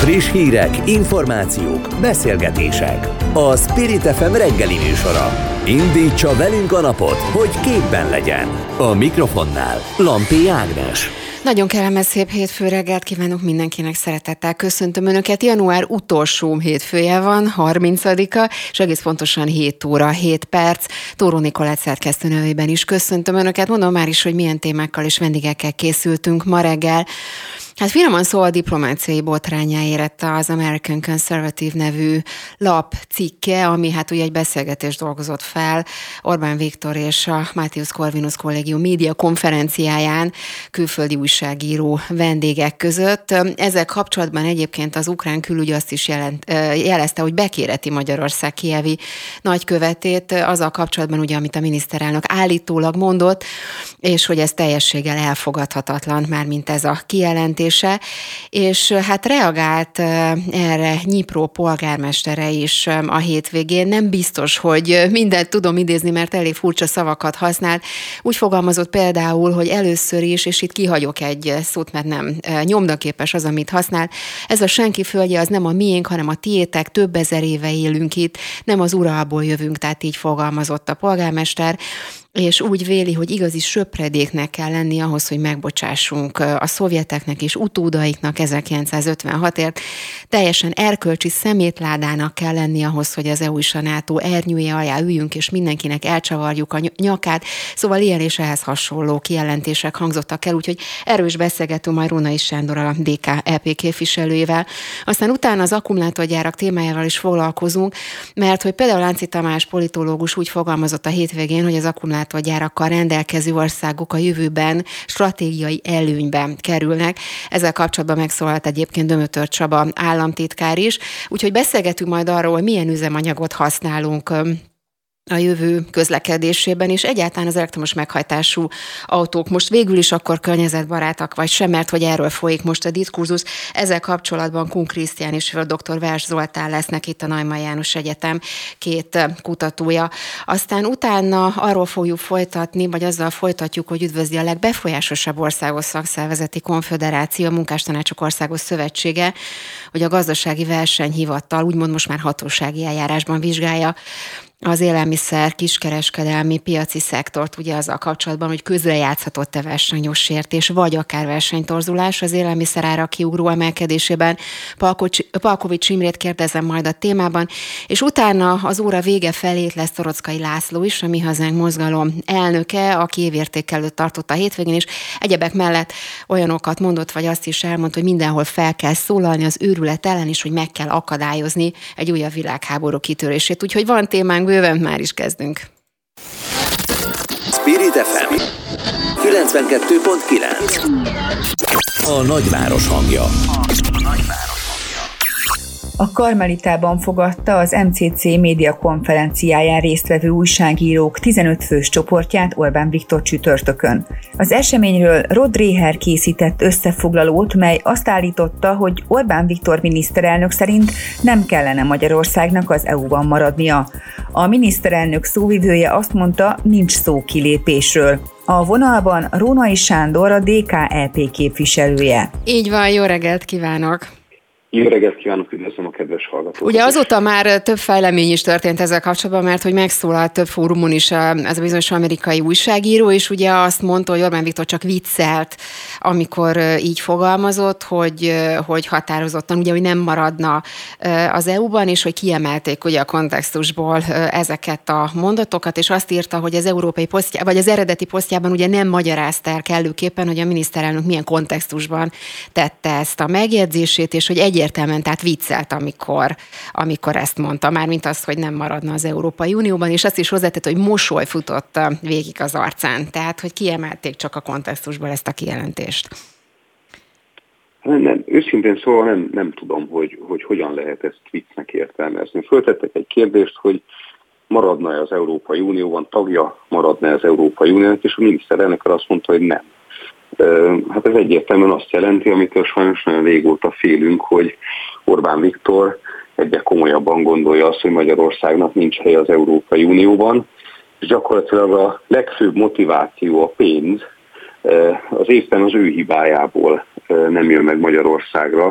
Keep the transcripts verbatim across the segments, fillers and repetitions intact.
Friss hírek, információk, beszélgetések. A Spirit ef em reggeli műsora. Indítsa velünk a napot, hogy képben legyen. A mikrofonnál Lampi Ágnes. Nagyon kellemes szép hétfő reggelt kívánok mindenkinek, szeretettel köszöntöm Önöket. Január utolsó hétfője van, harmincadika, és egész pontosan hét óra, hét perc. Tóró Nikolett szerkesztő nevében is köszöntöm Önöket. Mondom már is, hogy milyen témákkal és vendégekkel készültünk ma reggel. Hát finoman szóval diplomáciai botránnyá érett az American Conservative nevű lap cikke, ami hát ugye egy beszélgetést dolgozott fel Orbán Viktor és a Matthias Corvinus Kollégium média konferenciáján külföldi újságíró vendégek között. Ezzel kapcsolatban egyébként az ukrán külügy azt is jelent, jelezte, hogy bekéreti Magyarország kijevi nagykövetét azzal kapcsolatban, ugye, amit a miniszterelnök állítólag mondott, és hogy ez teljességgel elfogadhatatlan, mármint ez a kijelentés. És hát reagált erre Nyipró polgármestere is a hétvégén. Nem biztos, hogy mindent tudom idézni, mert elég furcsa szavakat használ. Úgy fogalmazott például, hogy először is, és itt kihagyok egy szót, mert nem nyomdaképes az, amit használ. Ez a senki földje, az nem a miénk, hanem a tiétek, több ezer éve élünk itt, nem az uralból jövünk, tehát így fogalmazott a polgármester. És úgy véli, hogy igazi söpredéknek kell lenni ahhoz, hogy megbocsássunk a szovjeteknek és utódaiknak ezerkilencszázötvenhatért. Teljesen erkölcsi szemétládának kell lenni ahhoz, hogy az é u és a NATO ernyője alá üljünk, és mindenkinek elcsavarjuk a nyakát. Szóval ilyen és ehhez hasonló kijelentések hangzottak el, úgyhogy erről is beszélgetünk majd Rónai Sándorral, a dé ká é pé képviselőjével. Aztán utána az akkumulátorgyárak témájával is foglalkozunk, mert hogy például Lánci Tamás politológus úgy fogalmazott a hétvégén, hogy az akkumulátorgyárakkal rendelkező országok a jövőben stratégiai előnyben kerülnek. Ezzel kapcsolatban megszólalt egyébként Dömötör Csaba államtitkár is, úgyhogy beszélgetünk majd arról, hogy milyen üzemanyagot használunk a jövő közlekedésében, és egyáltalán az elektromos meghajtású autók most végül is akkor környezetbarátak, vagy sem, mert hogy erről folyik most a diskurzus. Ezzel kapcsolatban Kun Krisztián és a dr. Vers Zoltán lesznek itt a Neumann János Egyetem két kutatója. Aztán utána arról fogjuk folytatni, vagy azzal folytatjuk, hogy üdvözli a legbefolyásosabb országos szakszervezeti konföderáció, a Munkástanácsok Országos Szövetsége, hogy a gazdasági versenyhivatal úgymond most már hatósági eljárásban vizsgálja az élelmiszer kiskereskedelmi piaci szektort, ugye azzal kapcsolatban, hogy közrejátszhatott-e versenyjogsértés, vagy akár versenytorzulás az élelmiszerárak kiugró emelkedésében. Palkovics Imrét kérdezem majd a témában, és utána az óra vége felét lesz Torockai László is, a Mi Hazánk mozgalom elnöke, aki évértékelőt tartott a hétvégén, és egyebek mellett olyanokat mondott, vagy azt is elmondta, hogy mindenhol fel kell szólalni az őrület ellen, és hogy meg kell akadályozni egy újabb világháború kitörését. Úgyhogy van témánk bőven, már is kezdünk. Spirit ef em kilencvenkettő pont kilenc. A nagyváros hangja. A Karmelitában fogadta az em cé cé média konferenciáján résztvevő újságírók tizenöt fős csoportját Orbán Viktor csütörtökön. Az eseményről Rod Dreher készített összefoglalót, mely azt állította, hogy Orbán Viktor miniszterelnök szerint nem kellene Magyarországnak az é u-ban maradnia. A miniszterelnök szóvivője azt mondta, nincs szó kilépésről. A vonalban Rónai Sándor, a dé ká é pé képviselője. Így van, jó reggelt kívánok! Jó reggelt kívánok, üdvözlöm a kedves hallgatókat. Ugye azóta már több fejlemény is történt ezzel kapcsolatban, mert hogy megszólalt több fórumon is ez a bizonyos amerikai újságíró, és ugye azt mondta, hogy Orbán Viktor csak viccelt, amikor így fogalmazott, hogy, hogy határozottan, ugye, hogy nem maradna az é u-ban, és hogy kiemelték ugye a kontextusból ezeket a mondatokat, és azt írta, hogy az európai posztjában, vagy az eredeti posztjában ugye nem magyarázta el kellőképpen, hogy a miniszterelnök milyen kontextusban tette ezt a megjegyzését, és hogy egy egyértelműen, tehát viccelt, amikor, amikor ezt mondta, mármint azt, hogy nem maradna az Európai Unióban, és azt is hozzátett, hogy mosoly futott végig az arcán. Tehát, hogy kiemelték csak a kontextusból ezt a kijelentést. Nem, nem, őszintén szóval nem, nem tudom, hogy, hogy hogyan lehet ezt viccnek értelmezni. Föltettek egy kérdést, hogy maradna-e az Európai Unióban, tagja maradna az Európai Uniónak, és a miniszterelnök azt mondta, hogy nem. Hát ez egyértelműen azt jelenti, amitől sajnos nagyon régóta félünk, hogy Orbán Viktor egyre komolyabban gondolja azt, hogy Magyarországnak nincs helye az Európai Unióban, és gyakorlatilag a legfőbb motiváció, a pénz, az éppen az ő hibájából nem jön meg Magyarországra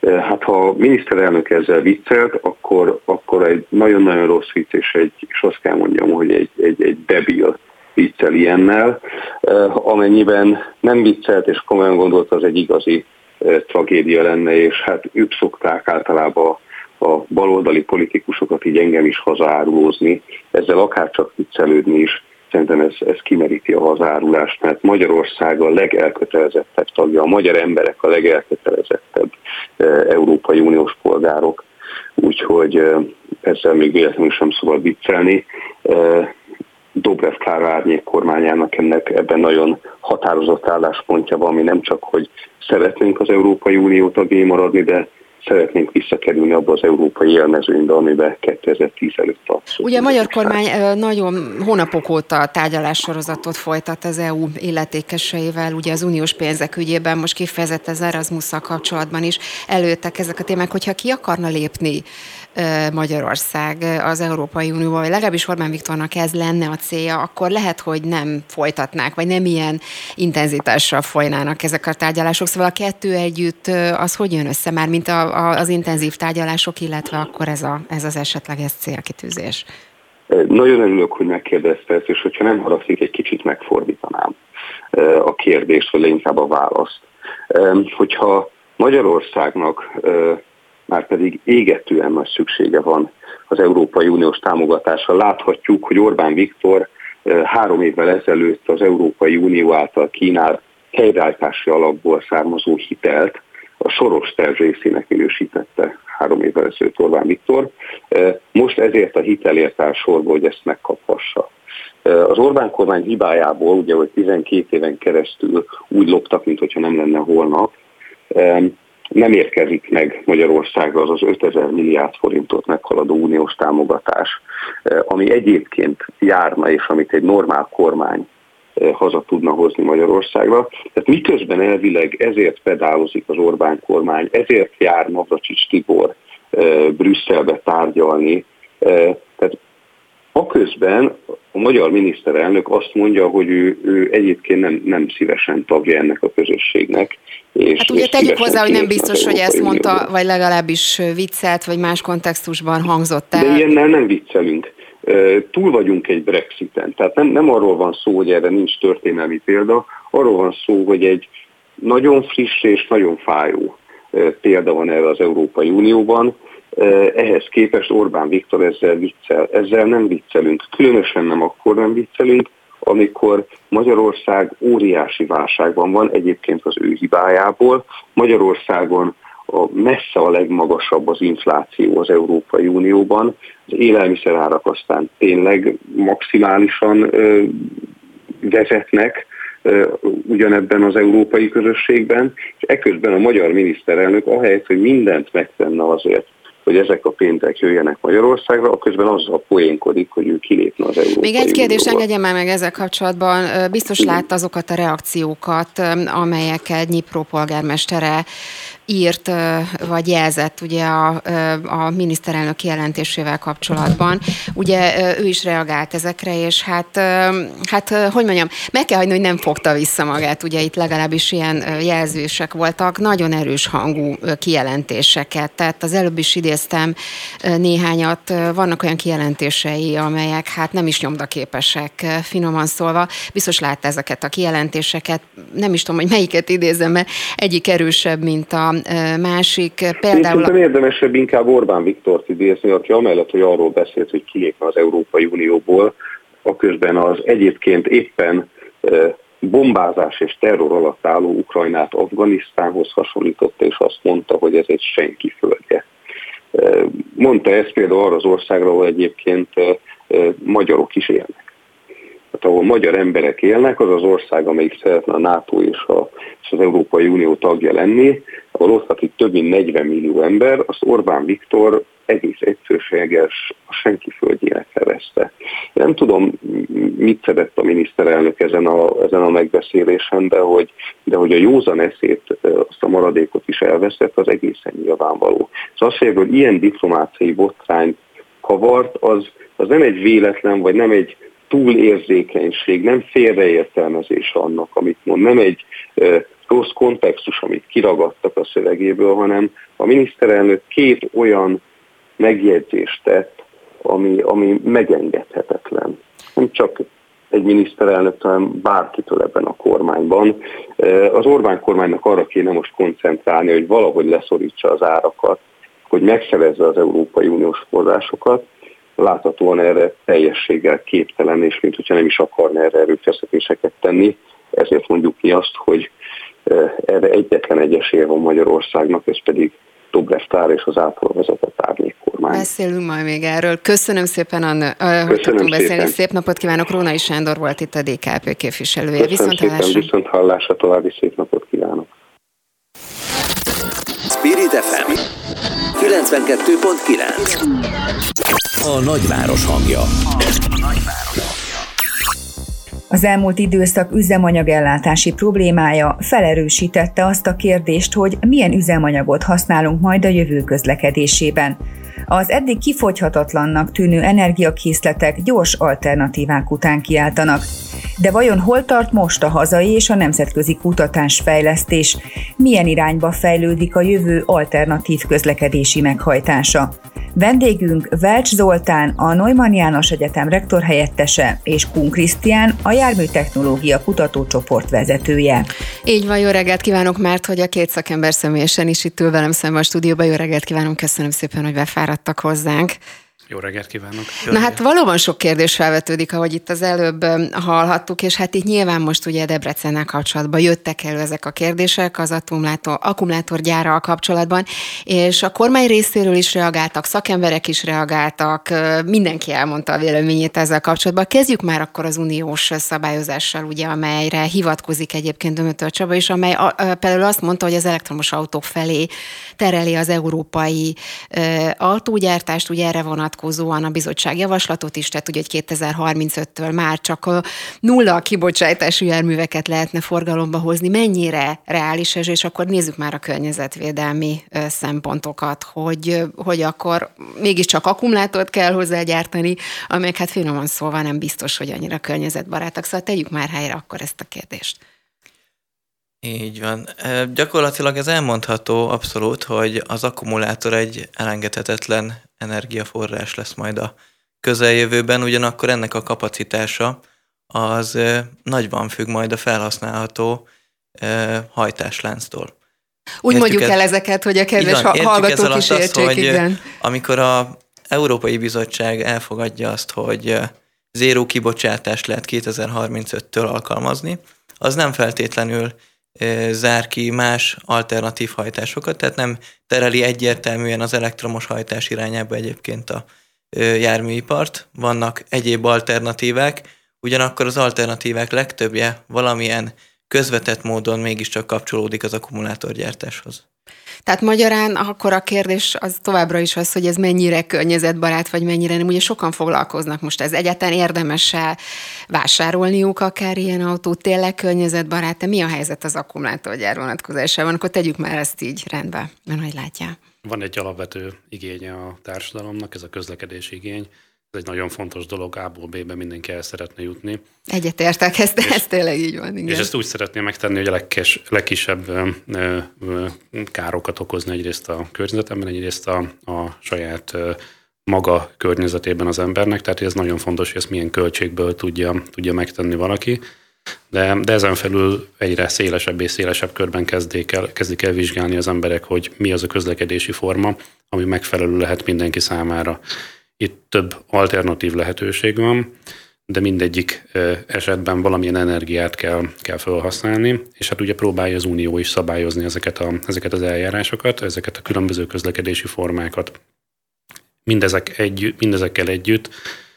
Hát ha a miniszterelnök ezzel viccelt, akkor, akkor egy nagyon-nagyon rossz vicc, és, egy, és azt kell mondjam, hogy egy, egy, egy debil viccel ilyennel. Amennyiben nem viccelt és komolyan gondolt, az egy igazi tragédia lenne, és hát ők szokták általában a baloldali politikusokat így engem is hazaárulózni, ezzel akár csak viccelődni is. Szerintem ez, ez kimeríti a hazárulást, mert Magyarország a legelkötelezettebb tagja, a magyar emberek a legelkötelezettebb e, Európai Uniós polgárok, úgyhogy e, ezzel még véletlenül sem szabad viccelni. E, Dobrev Klára árnyék kormányának ennek ebben nagyon határozott álláspontja van, ami nem csak, hogy szeretnénk az Európai Unió tagjai maradni, de szeretnénk visszakerülni abba az európai élmezőnybe, amiben kétezer-tíz előtt abszolút. Ugye a magyar kormány nagyon hónapok óta tárgyalássorozatot folytat az é u illetékeseivel, ugye az uniós pénzek ügyében, most kifejezetten az Erasmusszal kapcsolatban is előttek ezek a témák, hogyha ki akarna lépni Magyarország az Európai Unióba, vagy legalábbis Orbán Viktornak ez lenne a célja, akkor lehet, hogy nem folytatnák, vagy nem ilyen intenzitással folynának ezek a tárgyalások. Szóval a kettő együtt az hogy jön össze már, mint a, a, az intenzív tárgyalások, illetve akkor ez, a, ez az esetleges célkitűzés? Nagyon örülök, hogy megkérdezte ezt, és hogyha nem haragszik, egy kicsit megfordítanám a kérdést, vagy inkább a választ. Hogyha Magyarországnak már pedig égetően nagy szüksége van az Európai Uniós támogatásra. Láthatjuk, hogy Orbán Viktor három évvel ezelőtt az Európai Unió által kínált helyreállítási alapból származó hitelt a Soros terv részének minősítette három évvel ezelőtt Orbán Viktor. Most ezért a hitelért áll sorba, hogy ezt megkaphassa. Az Orbán kormány hibájából, ugye, hogy tizenkét éven keresztül úgy loptak, mintha nem lenne holnap, nem érkezik meg Magyarországra az az ötezer milliárd forintot meghaladó uniós támogatás, ami egyébként járna, és amit egy normál kormány haza tudna hozni Magyarországra. Tehát miközben elvileg ezért pedálozik az Orbán kormány, ezért jár Navracsics Tibor Brüsszelbe tárgyalni. Tehát aközben a magyar miniszterelnök azt mondja, hogy ő, ő egyébként nem, nem szívesen tagja ennek a közösségnek. És hát ugye tegyük hozzá, hogy nem biztos, hogy ezt mondta, Unióban. Vagy legalábbis viccelt, vagy más kontextusban hangzott el. De ilyennel nem viccelünk. Túl vagyunk egy Brexiten. Tehát nem, nem arról van szó, hogy erre nincs történelmi példa, arról van szó, hogy egy nagyon friss és nagyon fájó példa van erre az Európai Unióban. Ehhez képest Orbán Viktor ezzel viccel. Ezzel nem viccelünk. Különösen nem akkor nem viccelünk, amikor Magyarország óriási válságban van, egyébként az ő hibájából. Magyarországon a messze a legmagasabb az infláció az Európai Unióban. Az élelmiszerárak aztán tényleg maximálisan ö, vezetnek ö, ugyanebben az európai közösségben, és eközben a magyar miniszterelnök ahelyett, hogy mindent megtenne azért, hogy ezek a pénzek jöjjenek Magyarországra, akközben azzal poénkodik, hogy ő kilépne az Európai Még egy kérdés, Unióba. engedjen már meg ezzel kapcsolatban. Biztos látta azokat a reakciókat, amelyeket Dnyipró polgármestere írt, vagy jelzett ugye a, a miniszterelnök jelentésével kapcsolatban. Ugye ő is reagált ezekre, és hát, hát hogy mondjam, meg kell hagyni, hogy nem fogta vissza magát. Ugye itt legalábbis ilyen jelzések voltak, nagyon erős hangú kijelentéseket. Tehát az előbb is idéztem néhányat, vannak olyan kijelentései, amelyek hát nem is nyomdaképesek, finoman szólva. Biztos látta ezeket a kijelentéseket, nem is tudom, hogy melyiket idézem, mert egyik erősebb, mint a másik. Például... Szerintem érdemesebb inkább Orbán Viktort idézni, aki amellett, hogy arról beszélt, hogy kilépne az Európai Unióból, aközben az egyébként éppen bombázás és terror alatt álló Ukrajnát Afganisztánhoz hasonlította, és azt mondta, hogy ez egy senki földje. Mondta ezt például arra az országra, ahol egyébként magyarok is élnek. Hát, ahol magyar emberek élnek, az az ország, amelyik szeretne a NATO és, a, és az Európai Unió tagja lenni, ahol ott lakik több mint negyven millió ember, azt Orbán Viktor egész egyszerűséges a senki földjének nevezte. Nem tudom, mit szedett a miniszterelnök ezen a, ezen a megbeszélésen, de hogy, de hogy a józan eszét, azt a maradékot is elveszett, az egészen nyilvánvaló. És azt mondja, hogy ilyen diplomáciai botrányt kavart, az, az nem egy véletlen, vagy nem egy túlérzékenység, nem félreértelmezése annak, amit mond, nem egy rossz kontextus, amit kiragadtak a szövegéből, hanem a miniszterelnök két olyan megjegyzést tett, ami, ami megengedhetetlen. Nem csak egy miniszterelnök, hanem bárkitől ebben a kormányban. Az Orbán kormánynak arra kéne most koncentrálni, hogy valahogy leszorítsa az árakat, hogy megszerezze az Európai Uniós forrásokat. Láthatóan erre teljességgel képtelen, és mint hogyha nem is akarna erre erőfeszítéseket tenni. Ezért mondjuk ki azt, hogy erre egyetlen egy esélye van Magyarországnak, ez pedig Dobrev Klára és az által vezetett árnyékkormány. Beszélünk majd még erről. Köszönöm szépen, Anna, hogy tudtunk beszélni. Szép napot kívánok. Rónai Sándor volt itt a dé ká pé képviselője. Viszont hallásra. Viszont hallásra, további szép napot kívánok. Spirit ef em kilencvenkettő pont kilenc. A nagyváros hangja. Az elmúlt időszak üzemanyagellátási problémája felerősítette azt a kérdést, hogy milyen üzemanyagot használunk majd a jövő közlekedésében. Az eddig kifogyhatatlannak tűnő energiakészletek gyors alternatívák után kiáltanak. De vajon hol tart most a hazai és a nemzetközi kutatásfejlesztés? Milyen irányba fejlődik a jövő alternatív közlekedési meghajtása? Vendégünk Welcs Zoltán, a Neumann János Egyetem rektorhelyettese, és Kun Krisztián, a Járműtechnológia Kutatócsoport vezetője. Így van, jó reggelt kívánok, mert hogy a két szakember személyesen is itt ül velem szemben a stúdióban. Jó reggelt kívánok, köszönöm szépen, hogy befáradtak hozzánk. Jó reggelt kívánok! Jó Na hát valóban sok kérdés felvetődik, ahogy itt az előbb hallhattuk, és hát itt nyilván most ugye Debrecennel kapcsolatban jöttek elő ezek a kérdések az akkumulátor, akkumulátorgyárral kapcsolatban, és a kormány részéről is reagáltak, szakemberek is reagáltak, mindenki elmondta a véleményét ezzel kapcsolatban. Kezdjük már akkor az uniós szabályozással, ugye, amelyre hivatkozik egyébként Dömötör Csaba is, amely a, a, például azt mondta, hogy az elektromos autók felé tereli az európai e, autógyártást, ugye erre vonat a bizottság javaslatot is tett, ugye, hogy kétezer-harmincöttől már csak a nulla kibocsátású járműveket lehetne forgalomba hozni. Mennyire reális ez, és akkor nézzük már a környezetvédelmi szempontokat, hogy, hogy akkor mégiscsak akkumulátort kell hozzágyártani, amelyek hát finoman szólva nem biztos, hogy annyira környezetbarátak. Szóval tegyük már helyre akkor ezt a kérdést. Így van. E, gyakorlatilag ez elmondható abszolút, hogy az akkumulátor egy elengedhetetlen energiaforrás lesz majd a közeljövőben, ugyanakkor ennek a kapacitása az e, nagyban függ majd a felhasználható e, hajtáslánctól. Úgy értjük mondjuk ez, el ezeket, hogy a kedves igen, hallgatók is értsék, hogy igen. Amikor az Európai Bizottság elfogadja azt, hogy zéró kibocsátást lehet kétezer-harmincöttől alkalmazni, az nem feltétlenül zár ki más alternatív hajtásokat, tehát nem tereli egyértelműen az elektromos hajtás irányába egyébként a járműipart. Vannak egyéb alternatívák, ugyanakkor az alternatívák legtöbbje valamilyen közvetett módon mégiscsak kapcsolódik az akkumulátorgyártáshoz. Tehát magyarán akkor a kérdés az továbbra is az, hogy ez mennyire környezetbarát, vagy mennyire nem. Ugye sokan foglalkoznak most ez. Egyáltalán érdemes-e vásárolniuk akár ilyen autót, tényleg környezetbarát, de mi a helyzet az akkumulátorgyár vonatkozásában? Akkor tegyük már ezt így rendbe, mert hogy látják. Van egy alapvető igénye a társadalomnak, ez a közlekedési igény. Ez egy nagyon fontos dolog, A-ból B-be mindenki el szeretne jutni. Egyetértek, ez, ez tényleg így van. Igen. És ezt úgy szeretném megtenni, hogy a legkes, legkisebb ö, ö, károkat okozni egyrészt a környezetemben, egyrészt a, a saját ö, maga környezetében az embernek, tehát ez nagyon fontos, hogy ezt milyen költségből tudja, tudja megtenni valaki. De, de ezen felül egyre szélesebb és szélesebb körben kezdik el, kezdik el vizsgálni az emberek, hogy mi az a közlekedési forma, ami megfelelő lehet mindenki számára. Itt több alternatív lehetőség van, de mindegyik esetben valamilyen energiát kell, kell felhasználni, és hát ugye próbálja az Unió is szabályozni ezeket, a, ezeket az eljárásokat, ezeket a különböző közlekedési formákat. Mindezek együtt, mindezekkel együtt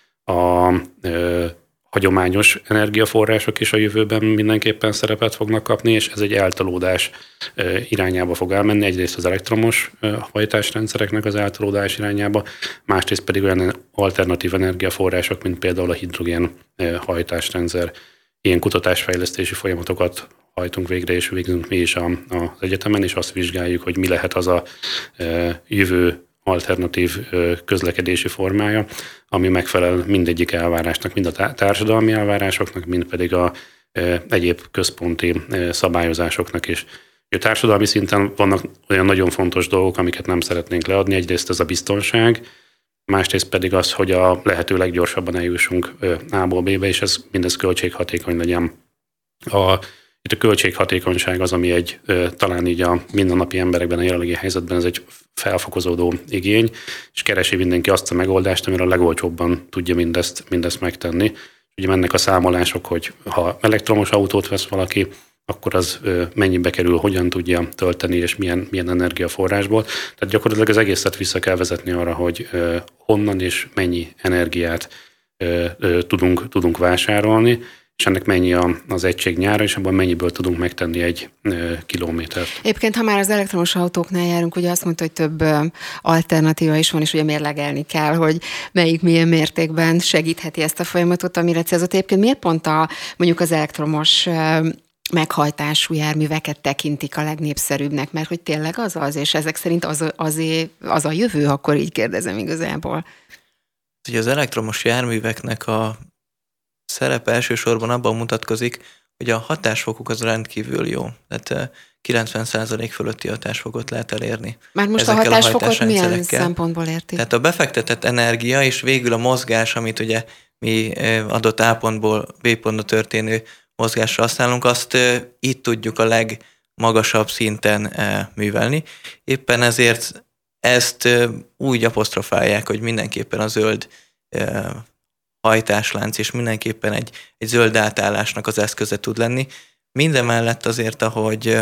a ö, hagyományos energiaforrások is a jövőben mindenképpen szerepet fognak kapni, és ez egy eltolódás irányába fog elmenni. Egyrészt az elektromos hajtásrendszereknek az eltolódás irányába, másrészt pedig olyan alternatív energiaforrások, mint például a hidrogén hajtásrendszer. Ilyen kutatásfejlesztési folyamatokat hajtunk végre, és végzünk mi is az egyetemen, és azt vizsgáljuk, hogy mi lehet az a jövő alternatív közlekedési formája, ami megfelel mindegyik elvárásnak, mind a társadalmi elvárásoknak, mind pedig a egyéb központi szabályozásoknak is. A társadalmi szinten vannak olyan nagyon fontos dolgok, amiket nem szeretnénk leadni. Egyrészt ez a biztonság, másrészt pedig az, hogy a lehető leggyorsabban eljussunk A-ból B-be, és ez mindez költséghatékony legyen. A, itt a költséghatékonyság az, ami egy talán így a mindennapi emberekben, a jelenlegi helyzetben ez egy felfokozódó igény, és keresi mindenki azt a megoldást, amire a legolcsóbban tudja mindezt, mindezt megtenni. Ugye mennek a számolások, hogy ha elektromos autót vesz valaki, akkor az mennyibe kerül, hogyan tudja tölteni, és milyen, milyen energiaforrásból. Tehát gyakorlatilag az egészet vissza kell vezetni arra, hogy honnan és mennyi energiát tudunk, tudunk vásárolni, és ennek mennyi az egység nyára, és abban mennyiből tudunk megtenni egy kilométert. Egyébként, ha már az elektromos autóknál járunk, ugye azt mondta, hogy több alternatíva is van, és ugye mérlegelni kell, hogy melyik milyen mértékben segítheti ezt a folyamatot, amire célzott. Egyébként miért pont a, mondjuk az elektromos meghajtású járműveket tekintik a legnépszerűbbnek, mert hogy tényleg az az, és ezek szerint az, az, az a jövő, akkor így kérdezem igazából. Ugye az elektromos járműveknek a szerepe elsősorban abban mutatkozik, hogy a hatásfokuk az rendkívül jó. Tehát kilencven százalék fölötti hatásfokot lehet elérni. Már most a hatásfokot a milyen szempontból érti? Tehát a befektetett energia és végül a mozgás, amit ugye mi adott A pontból B pontra történő mozgásra használunk, azt itt tudjuk a legmagasabb szinten művelni. Éppen ezért ezt úgy apostrofálják, hogy mindenképpen a zöld hajtáslánc, és mindenképpen egy, egy zöld átállásnak az eszköze tud lenni. Mindemellett azért, ahogy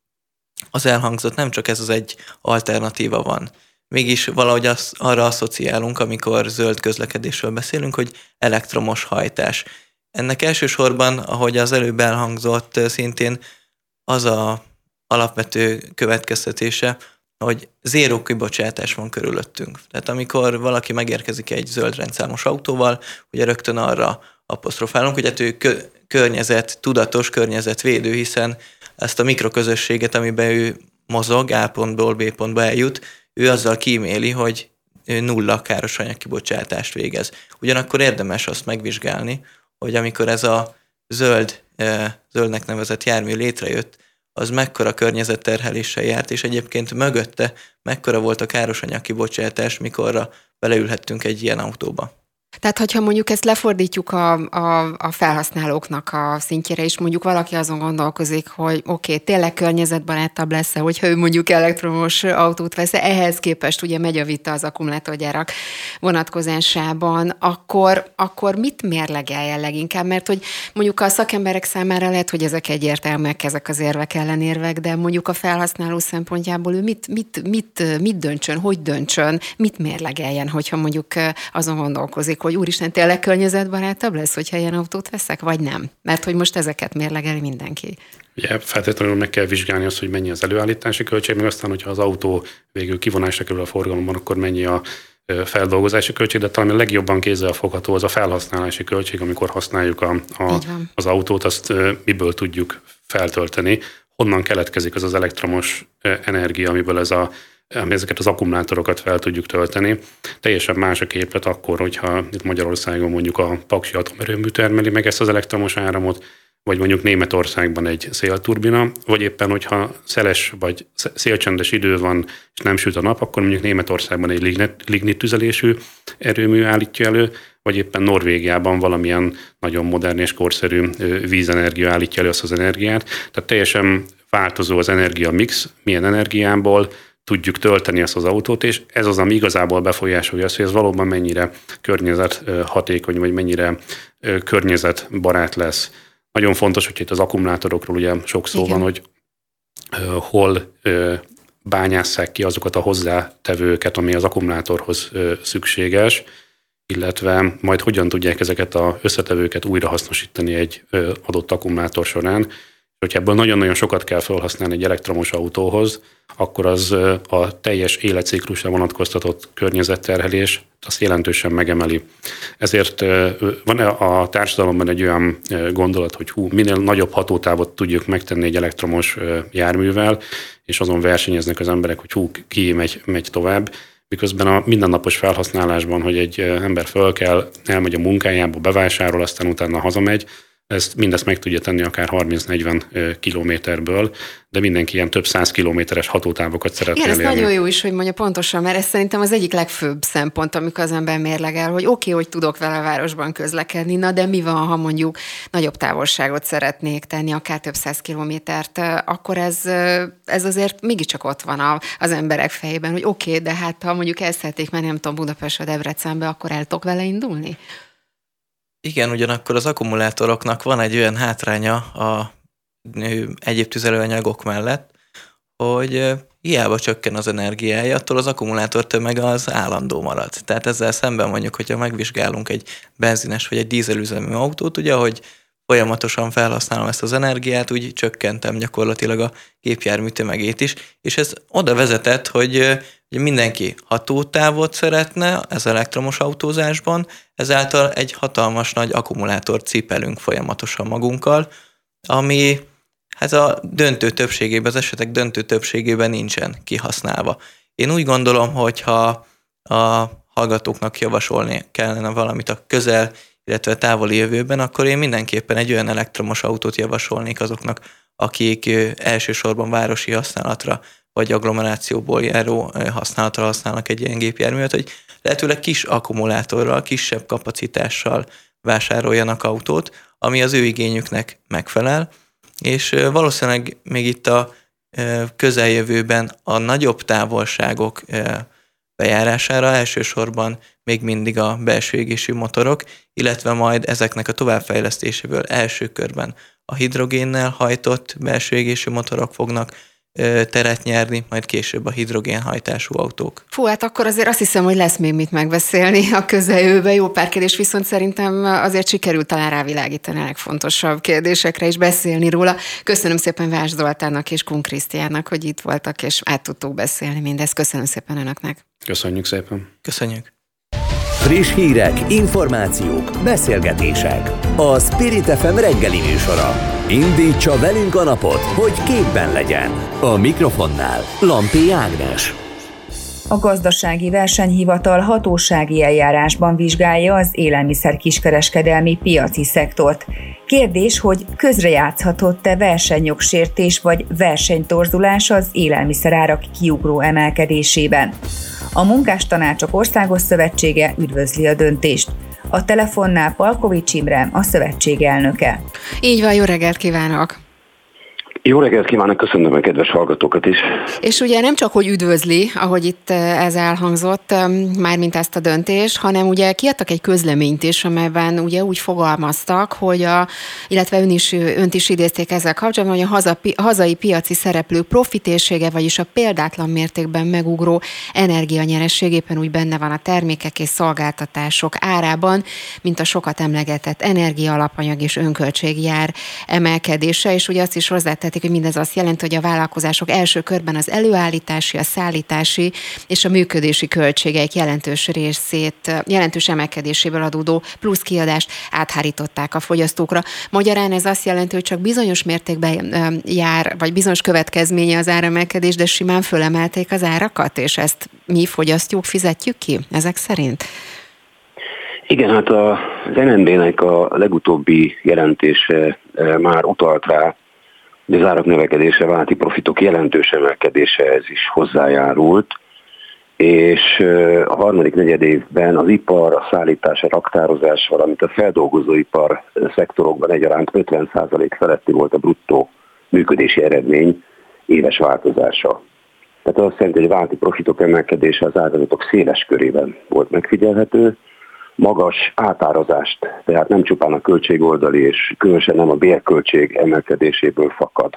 az elhangzott, nem csak ez az egy alternatíva van. Mégis valahogy az, arra asszociálunk, amikor zöld közlekedésről beszélünk, hogy elektromos hajtás. Ennek elsősorban, ahogy az előbb elhangzott, szintén az a alapvető következtetése, hogy zéró kibocsátás van körülöttünk. Tehát amikor valaki megérkezik egy zöld rendszámos autóval, ugye rögtön arra apostrofálunk, hogy hát ő kö- környezet, tudatos környezetvédő, hiszen ezt a mikroközösséget, amiben ő mozog, A pontból B pontba eljut, ő azzal kíméli, hogy nulla károsanyag kibocsátást végez. Ugyanakkor érdemes azt megvizsgálni, hogy amikor ez a zöld, zöldnek nevezett jármű létrejött, az mekkora környezetterheléssel járt, és egyébként mögötte mekkora volt a károsanyag kibocsátás, mikorra beleülhettünk egy ilyen autóba. Tehát, hogyha mondjuk ezt lefordítjuk a, a, a felhasználóknak a szintjére, és mondjuk valaki azon gondolkozik, hogy oké, okay, tényleg környezetbarátabb lesz-e, hogyha ő mondjuk elektromos autót vesz, ehhez képest ugye megy a vita az akkumulátorgyárak vonatkozásában, akkor, akkor mit mérlegeljen leginkább? Mert hogy mondjuk a szakemberek számára lehet, hogy ezek egyértelműek, ezek az érvek ellenérvek, de mondjuk a felhasználó szempontjából ő mit, mit, mit, mit döntsön, hogy döntsön, mit mérlegeljen, hogyha mondjuk azon gondolkozik, hogy úristen, tényleg környezetbarátabb lesz, hogyha ilyen autót veszek, vagy nem? Mert hogy most ezeket mérlegeli mindenki. Ugye feltétlenül meg kell vizsgálni azt, hogy mennyi az előállítási költség, meg aztán, hogyha az autó végül kivonásra kerül a forgalomban, akkor mennyi a feldolgozási költség, de talán a legjobban kézzelfogható az a felhasználási költség, amikor használjuk a, a, az autót, azt miből tudjuk feltölteni, honnan keletkezik az az elektromos energia, amiből ez a ezeket az akkumulátorokat fel tudjuk tölteni. Teljesen más a képlet akkor, hogyha itt Magyarországon mondjuk a Paksi atomerőmű termeli meg ezt az elektromos áramot, vagy mondjuk Németországban egy szélturbina, vagy éppen, hogyha szeles vagy szélcsendes idő van, és nem süt a nap, akkor mondjuk Németországban egy lignit tüzelésű erőmű állítja elő, vagy éppen Norvégiában valamilyen nagyon modern és korszerű vízenergia állítja elő azt az energiát. Tehát teljesen változó az energia mix, milyen energiából tudjuk tölteni ezt az autót, és ez az, ami igazából befolyásolja azt, hogy ez valóban mennyire környezethatékony, vagy mennyire környezetbarát lesz. Nagyon fontos, hogy itt az akkumulátorokról ugye sok szó Igen. van, hogy hol bányásszák ki azokat a hozzátevőket, ami az akkumulátorhoz szükséges, illetve majd hogyan tudják ezeket az összetevőket újrahasznosítani egy adott akkumulátor során. Hogyha ebből nagyon-nagyon sokat kell felhasználni egy elektromos autóhoz, akkor az a teljes életciklusra vonatkoztatott környezetterhelés azt jelentősen megemeli. Ezért van a társadalomban egy olyan gondolat, hogy hú, minél nagyobb hatótávot tudjuk megtenni egy elektromos járművel, és azon versenyeznek az emberek, hogy hú, ki megy, megy tovább, miközben a mindennapos felhasználásban, hogy egy ember föl kell, elmegy a munkájába, bevásárol, aztán utána hazamegy, ezt mindezt meg tudja tenni akár harminc-negyven kilométerből, de mindenki ilyen több száz kilométeres hatótávokat szeretne elérni. Igen, ez nagyon jó is, hogy mondja pontosan, mert ez szerintem az egyik legfőbb szempont, amikor az ember mérlegel, hogy oké, okay, hogy tudok vele a városban közlekedni, na de mi van, ha mondjuk nagyobb távolságot szeretnék tenni, akár több száz kilométert, akkor ez, ez azért mégiscsak ott van az emberek fejében, hogy oké, okay, de hát ha mondjuk el szeretnék menni, nem tudom, Budapestről Debrecenbe, akkor el tudok vele indulni? Igen, ugyanakkor az akkumulátoroknak van egy olyan hátránya a egyéb tüzelőanyagok mellett, hogy hiába csökken az energiája, attól az akkumulátor tömege az állandó marad. Tehát ezzel szemben mondjuk, hogyha megvizsgálunk egy benzines vagy egy dízelüzemű autót, ugye, hogy folyamatosan felhasználom ezt az energiát, úgy csökkentem gyakorlatilag a gépjármű tömegét is, és ez oda vezetett, hogy mindenki hatótávot szeretne az elektromos autózásban, ezáltal egy hatalmas nagy akkumulátort cipelünk folyamatosan magunkkal, ami hát a döntő többségében, az esetek döntő többségében nincsen kihasználva. Én úgy gondolom, hogy ha a hallgatóknak javasolni kellene valamit a közel, illetve távoli jövőben, akkor én mindenképpen egy olyan elektromos autót javasolnék azoknak, akik elsősorban városi használatra vagy agglomerációból járó használatra használnak egy ilyen gépjárművet, hogy lehetőleg kis akkumulátorral, kisebb kapacitással vásároljanak autót, ami az ő igényüknek megfelel, és valószínűleg még itt a közeljövőben a nagyobb távolságok bejárására elsősorban még mindig a belső égésű motorok, illetve majd ezeknek a továbbfejlesztéséből első körben a hidrogénnel hajtott belső égésű motorok fognak teret nyerni, majd később a hidrogénhajtású autók. Fú, hát akkor azért azt hiszem, hogy lesz még mit megbeszélni a közeljövőben. Jó pár kérdés, viszont szerintem azért sikerült talán rávilágítani a legfontosabb kérdésekre és beszélni róla. Köszönöm szépen Vás Zoltánnak és Kun Krisztiánnak, hogy itt voltak, és át tudtuk beszélni mindezt. Köszönöm szépen önöknek. Köszönjük szépen. Köszönjük. Friss hírek, információk, beszélgetések. A Spirit ef em reggeli műsora. Indítsa velünk a napot, hogy képben legyen. A mikrofonnál Lampi Ágnes. A Gazdasági Versenyhivatal hatósági eljárásban vizsgálja az élelmiszer kiskereskedelmi piaci szektort. Kérdés, hogy közrejátszhatott-e versenyjogsértés vagy versenytorzulás az élelmiszerárak kiugró emelkedésében. A Munkástanácsok Országos Szövetsége üdvözli a döntést. A telefonnál Palkovics Imre, a szövetség elnöke. Így van, jó reggelt kívánok! Jó reggelt kívánok, köszönöm a kedves hallgatókat is. És ugye nem csak, hogy üdvözli, ahogy itt ez elhangzott, mármint ezt a döntést, hanem ugye kiadtak egy közleményt is, amelyben ugye úgy fogalmaztak, hogy a, illetve ön is, önt is idézték ezzel kapcsolatban, hogy a haza, hazai piaci szereplők profitérsége, vagyis a példátlan mértékben megugró energianyereség éppen úgy benne van a termékek és szolgáltatások árában, mint a sokat emlegetett energia, alapanyag és önköltség jár emelkedése, és ugye azt is hozzátett, hogy mindez azt jelenti, hogy a vállalkozások első körben az előállítási, a szállítási és a működési költségeik jelentős részét, jelentős emelkedéséből adódó plusz kiadást áthárították a fogyasztókra. Magyarán ez azt jelenti, hogy csak bizonyos mértékben jár, vagy bizonyos következménye az áremelkedés, de simán fölemelték az árakat, és ezt mi fogyasztók fizetjük ki ezek szerint? Igen, hát az em en bé-nek a legutóbbi jelentése már utalt rá, hogy az árak növekedése, válti profitok jelentős emelkedésehez is hozzájárult, és a harmadik negyedévben az ipar, a szállítás, a raktározás, valamint a feldolgozóipar szektorokban egyaránt ötven százalék feletti volt a bruttó működési eredmény éves változása. Tehát azt jelenti, hogy a válti profitok emelkedése az ágazatok széles körében volt megfigyelhető, magas átárazást, tehát nem csupán a költségoldali és különösen nem a bérköltség emelkedéséből fakad.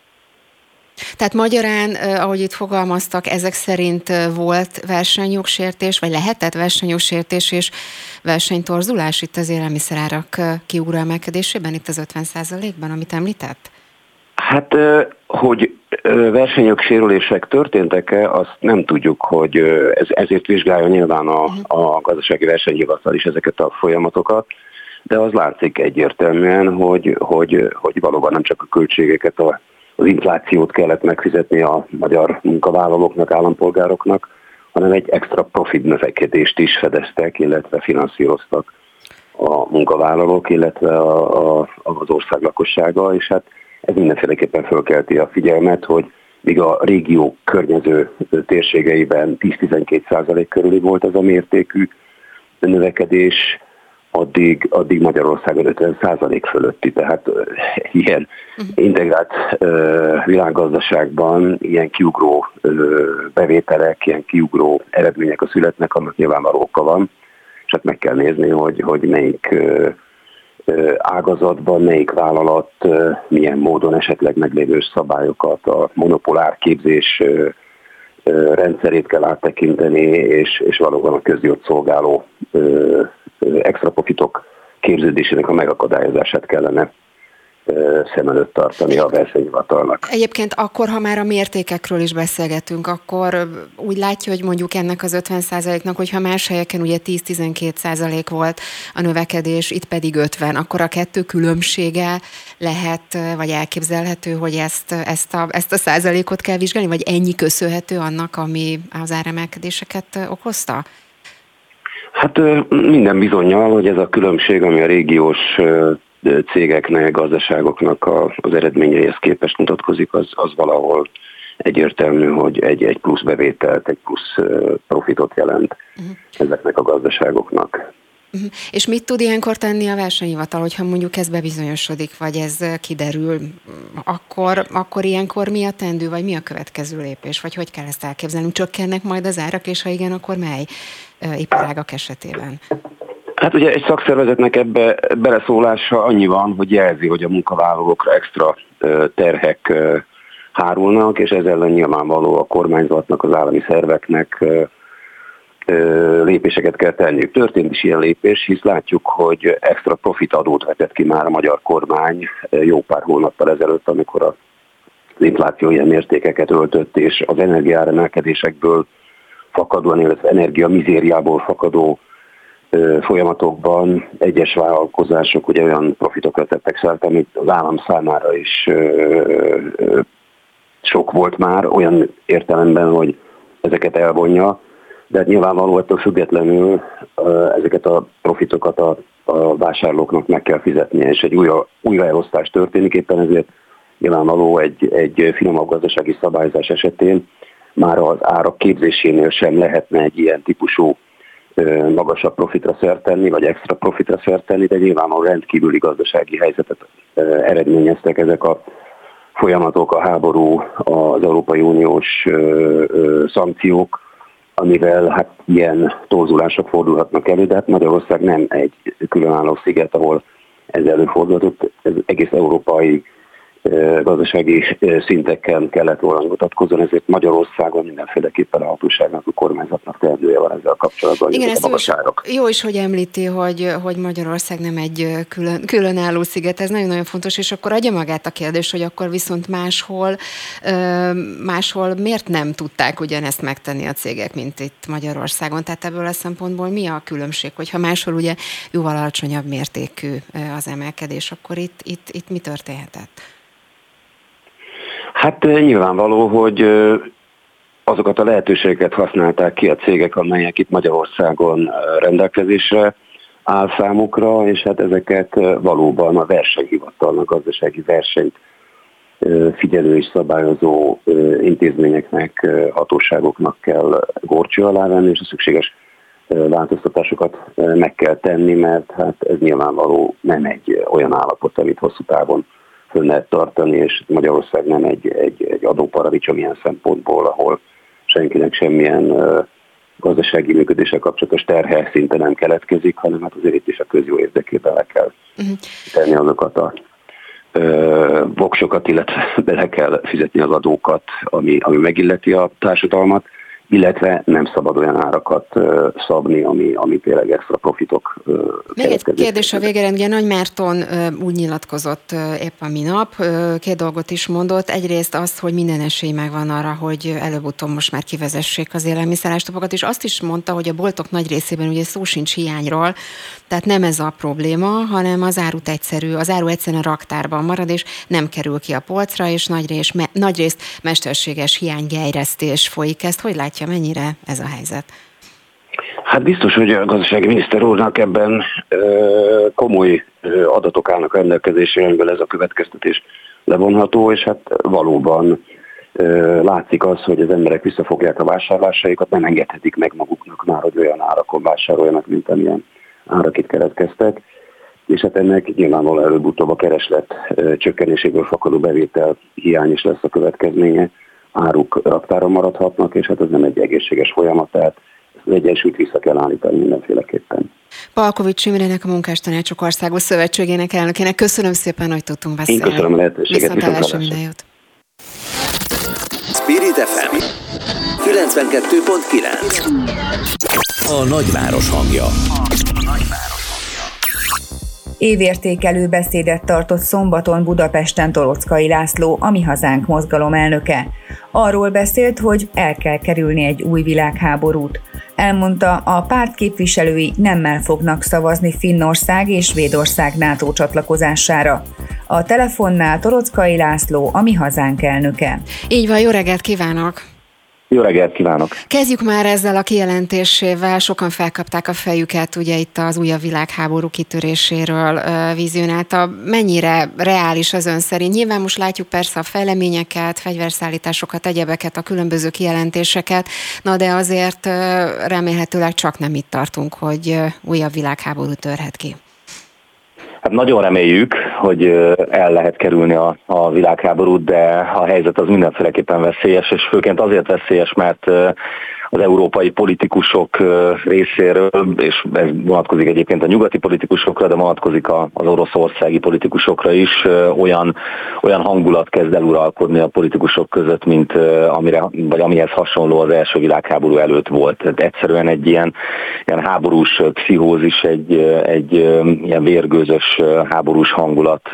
Tehát magyarán, ahogy itt fogalmaztak, ezek szerint volt versenyjogsértés, vagy lehetett versenyjogsértés és versenytorzulás itt az élelmiszerárak kiugró emelkedésében, itt az ötven százalékban, amit említett? Hát, hogy versenyjogsérülések történtek-e, azt nem tudjuk, hogy ez, ezért vizsgálja nyilván a, a Gazdasági Versenyhivatal is ezeket a folyamatokat, de az látszik egyértelműen, hogy, hogy, hogy valóban nem csak a költségeket, a, az inflációt kellett megfizetni a magyar munkavállalóknak, állampolgároknak, hanem egy extra profit növekedést is fedeztek, illetve finanszíroztak a munkavállalók, illetve a, a, az ország lakossága, és hát ez mindenféleképpen fölkelti a figyelmet, hogy míg a régió környező térségeiben tíz-tizenkét százalék körüli volt ez a mértékű növekedés, addig, addig Magyarországon ötven százalék fölötti, tehát ilyen integrált uh, világgazdaságban ilyen kiugró uh, bevételek, ilyen kiugró eredmények a születnek, annak nyilvánvaló oka van, és hát meg kell nézni, hogy, hogy melyik uh, uh, ágazatban, melyik vállalat uh, milyen módon esetleg meglévő szabályokat, a monopolárképzés uh, uh, rendszerét kell áttekinteni, és, és valóban a közjót szolgáló uh, extra profitok képződésének a megakadályozását kellene szem előtt tartani a versenyhivatalnak. Egyébként akkor, ha már a mértékekről is beszélgetünk, akkor úgy látja, hogy mondjuk ennek az ötven százaléknak, hogyha más helyeken ugye tíz-tizenkét százalék volt a növekedés, itt pedig ötven, akkor a kettő különbsége lehet, vagy elképzelhető, hogy ezt, ezt, a, ezt a százalékot kell vizsgálni, vagy ennyi köszönhető annak, ami az áremelkedéseket okozta? Hát minden bizonnyal, hogy ez a különbség, ami a régiós cégeknek, gazdaságoknak az eredményeihez képest mutatkozik, az, az valahol egyértelmű, hogy egy, egy plusz bevételt, egy plusz profitot jelent uh-huh. ezeknek a gazdaságoknak. Uh-huh. És mit tud ilyenkor tenni a versenyhivatal, hogyha mondjuk ez bebizonyosodik, vagy ez kiderül, akkor, akkor ilyenkor mi a teendő, vagy mi a következő lépés, vagy hogy kell ezt elképzelni? Csökkennek majd az árak, és ha igen, akkor mely iparágak esetében? Hát ugye egy szakszervezetnek ebbe beleszólása annyi van, hogy jelzi, hogy a munkavállalókra extra terhek hárulnak, és ez ellen nyilvánvaló a kormányzatnak, az állami szerveknek lépéseket kell tenniük. Történt is ilyen lépés, hisz látjuk, hogy extra profit adót vetett ki már a magyar kormány jó pár hónappal ezelőtt, amikor az infláció ilyen mértékeket öltött, és az energiaáremelkedésekből fakadóan, illetve energia mizériából fakadó folyamatokban egyes vállalkozások ugye olyan profitokat tettek szert, amit az állam számára is sok volt már, olyan értelemben, hogy ezeket elvonja, de hát nyilvánvaló ettől függetlenül ezeket a profitokat a, a vásárlóknak meg kell fizetnie, és egy újra, újraelosztás történik, éppen ezért nyilvánvaló egy, egy finomabb gazdasági szabályzás esetén már az árak képzésénél sem lehetne egy ilyen típusú magasabb profitra szert tenni, vagy extra profitra szert tenni, de nyilvánvalóan rendkívüli gazdasági helyzetet eredményeztek ezek a folyamatok, a háború, az Európai Uniós szankciók, amivel hát ilyen torzulások fordulhatnak elő, de hát Magyarország nem egy különálló sziget, ahol ez előfordulhatott, ez egész európai gazdasági szinteken kellett volna mutatkozzon, ezért Magyarországon mindenféleképpen a hatóságnak, a kormányzatnak teendője van ezzel kapcsolatban. Igen, ez jó is, jó is, hogy említi, hogy, hogy Magyarország nem egy külön, különálló sziget, ez nagyon-nagyon fontos, és akkor adja magát a kérdés, hogy akkor viszont máshol, máshol miért nem tudták ugyanezt megtenni a cégek, mint itt Magyarországon? Tehát ebből a szempontból mi a különbség, hogyha máshol ugye jóval alacsonyabb mértékű az emelkedés, akkor itt, itt, itt mi történhetett? Hát nyilvánvaló, hogy azokat a lehetőségeket használták ki a cégek, amelyek itt Magyarországon rendelkezésre áll számukra, és hát ezeket valóban a versenyhivatalnak, gazdasági versenyt figyelő és szabályozó intézményeknek, hatóságoknak kell górcső alá venni, és a szükséges változtatásokat meg kell tenni, mert hát ez nyilvánvaló nem egy olyan állapot, amit hosszú távon fönn lehet tartani, és Magyarország nem egy, egy, egy adóparadicsom ilyen szempontból, ahol senkinek semmilyen uh, gazdasági működéssel kapcsolatos terhe szinte nem keletkezik, hanem hát azért itt is a közjó érdekében le kell uh-huh. tenni azokat a uh, voksokat, illetve bele kell fizetni az adókat, ami, ami megilleti a társadalmat, illetve nem szabad olyan árakat uh, szabni, ami, ami tényleg extra profitok uh, Még egy kérdés a végére, ugye Nagy Márton uh, úgy nyilatkozott uh, épp a minap, uh, két dolgot is mondott. Egyrészt azt, hogy minden esély megvan arra, hogy előbb-utóbb most már kivezessék az élelmiszerástopokat, és azt is mondta, hogy a boltok nagy részében ugye szó sincs hiányról, tehát nem ez a probléma, hanem az árut egyszerű, az áru egyszerűen a raktárban marad, és nem kerül ki a polcra, és nagyrészt, me, nagyrészt mesterséges hiánygejresztés folyik. Ezt hogy látja, mennyire ez a helyzet? Hát biztos, hogy a gazdasági miniszter úrnak ebben komoly adatok állnak rendelkezésre, amiből ez a következtetés levonható, és hát valóban látszik az, hogy az emberek visszafogják a vásárlásaikat, nem engedhetik meg maguknak már, hogy olyan árakon vásároljanak, mint amilyen árak itt keletkeztek. És hát ennek nyilvánvalóan előbb-utóbb a kereslet csökkenéséből fakadó bevétel hiány is lesz a következménye. Áruk raktáron maradhatnak, és hát ez nem egy egészséges folyamat, tehát az egyensúlyt vissza kell állítani mindenféleképpen. Palkovics Imrének, a Munkástanácsok Országos Szövetségének elnökének köszönöm szépen, hogy tudtunk beszélni. Én köszönöm a lehetőséget. Viszontlátásra, minden jót. Spirit ef em kilencvenkettő pont kilenc. A nagyváros hangja. Évértékelő beszédet tartott szombaton Budapesten Toroczkai László, a Mi Hazánk mozgalom elnöke. Arról beszélt, hogy el kell kerülni egy új világháborút. Elmondta, a párt képviselői nemmel fognak szavazni Finnország és Svédország NATO csatlakozására. A telefonnál Toroczkai László, a Mi Hazánk elnöke. Így van, jó reggelt kívánok! Jó reggelt kívánok! Kezdjük már ezzel a kijelentésével. Sokan felkapták a fejüket ugye itt az újabb világháború kitöréséről uh, vizionálta. Mennyire reális az ön szerint? Nyilván most látjuk persze a fejleményeket, fegyverszállításokat, egyebeket, a különböző kijelentéseket, na de azért uh, remélhetőleg csak nem itt tartunk, hogy uh, újabb világháború törhet ki. Hát nagyon reméljük, hogy el lehet kerülni a, a világháborút, de a helyzet az mindenféleképpen veszélyes, és főként azért veszélyes, mert az európai politikusok részéről, és ez vonatkozik egyébként a nyugati politikusokra, de vonatkozik az oroszországi politikusokra is, olyan, olyan hangulat kezd el uralkodni a politikusok között, mint amire, vagy amihez hasonló az első világháború előtt volt. Tehát egyszerűen egy ilyen, ilyen háborús pszichózis, egy, egy ilyen vérgőzös háborús hangulat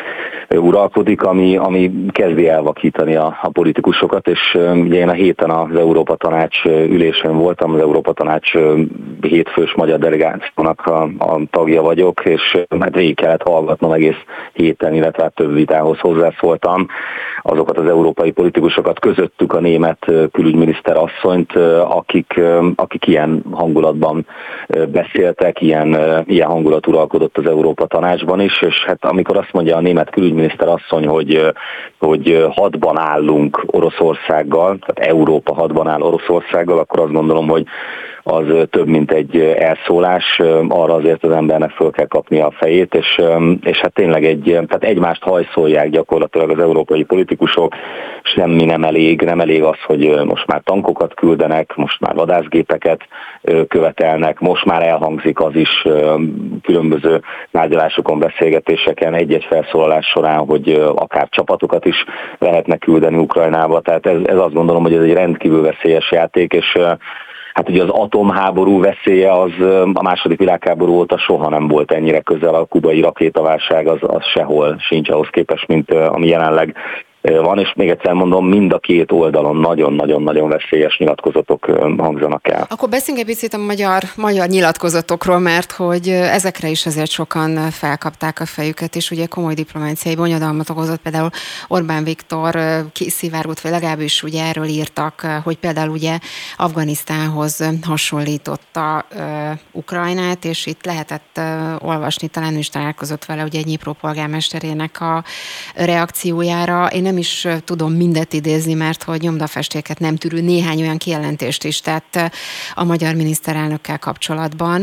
uralkodik, ami, ami kezdi elvakítani a, a politikusokat, és ugye én a héten az Európa Tanács ülésen voltam, az Európa Tanács hétfős magyar delegációnak a, a tagja vagyok, és hát végig kellett hallgatnom egész héten, illetve hát több vitához hozzászóltam azokat az európai politikusokat, közöttük a német külügyminiszter asszonyt, akik, akik ilyen hangulatban beszéltek, ilyen, ilyen hangulat uralkodott az Európa Tanácsban is, és hát amikor azt mondja a német külügyminiszter asszony, hogy, hogy hadban állunk Oroszországgal, tehát Európa hadban áll Oroszországgal, akkor azt gondolom, hogy az több, mint egy elszólás, arra azért az embernek föl kell kapnia a fejét, és, és hát tényleg egy, tehát egymást hajszolják gyakorlatilag az európai politikusok, semmi nem elég, nem elég az, hogy most már tankokat küldenek, most már vadászgépeket követelnek, most már elhangzik az is különböző tárgyalásokon, beszélgetéseken, egy-egy felszólalás során, hogy akár csapatokat is lehetne küldeni Ukrajnába, tehát ez, ez azt gondolom, hogy ez egy rendkívül veszélyes játék, és hát ugye az atomháború veszélye az a második világháború óta soha nem volt ennyire közel, a kubai rakétaválság az, az sehol sincs ahhoz képest, mint ami jelenleg van, és még egyszer mondom, mind a két oldalon nagyon-nagyon-nagyon veszélyes nyilatkozatok hangzanak el. Akkor beszéljünk egy picit a magyar, magyar nyilatkozatokról, mert hogy ezekre is azért sokan felkapták a fejüket, és ugye komoly diplomáciai bonyodalmat okozott, például Orbán Viktor kiszivárgott, vagy legalábbis ugye erről írtak, hogy például ugye Afganisztánhoz hasonlította uh, Ukrajnát, és itt lehetett uh, olvasni, talán is találkozott vele ugye egy Dnyipro polgármesterének a reakciójára. Én nem is tudom mindet idézni, mert hogy nyomdafestéket nem tűrő néhány olyan kijelentést is tett a magyar miniszterelnökkel kapcsolatban,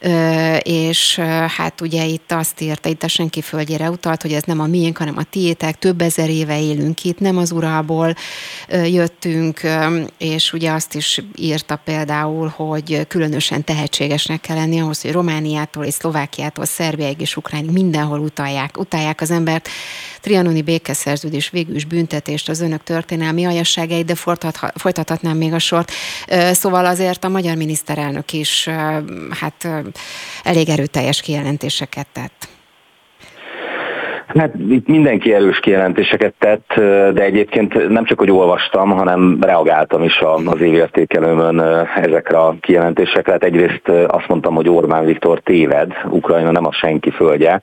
és hát ugye itt azt írta, itt a senki földjére utalt, hogy ez nem a miénk, hanem a tiétek, több ezer éve élünk itt, nem az Uralból jöttünk, és ugye azt is írta például, hogy különösen tehetségesnek kell lenni ahhoz, hogy Romániától és Szlovákiától Szerbiáig és Ukrajnáig mindenhol utalják, utalják az embert. Trianoni békeszerződés végül is büntetést az önök történelmi aljasságait, de folytathatnám még a sort. Szóval azért a magyar miniszterelnök is hát elég erőteljes kijelentéseket tett. Hát itt mindenki erős kijelentéseket tett, de egyébként nem csak, hogy olvastam, hanem reagáltam is az évértékelőmön ezekre a kijelentésekre. Hát egyrészt azt mondtam, hogy Orbán Viktor téved, Ukrajna nem a senki földje,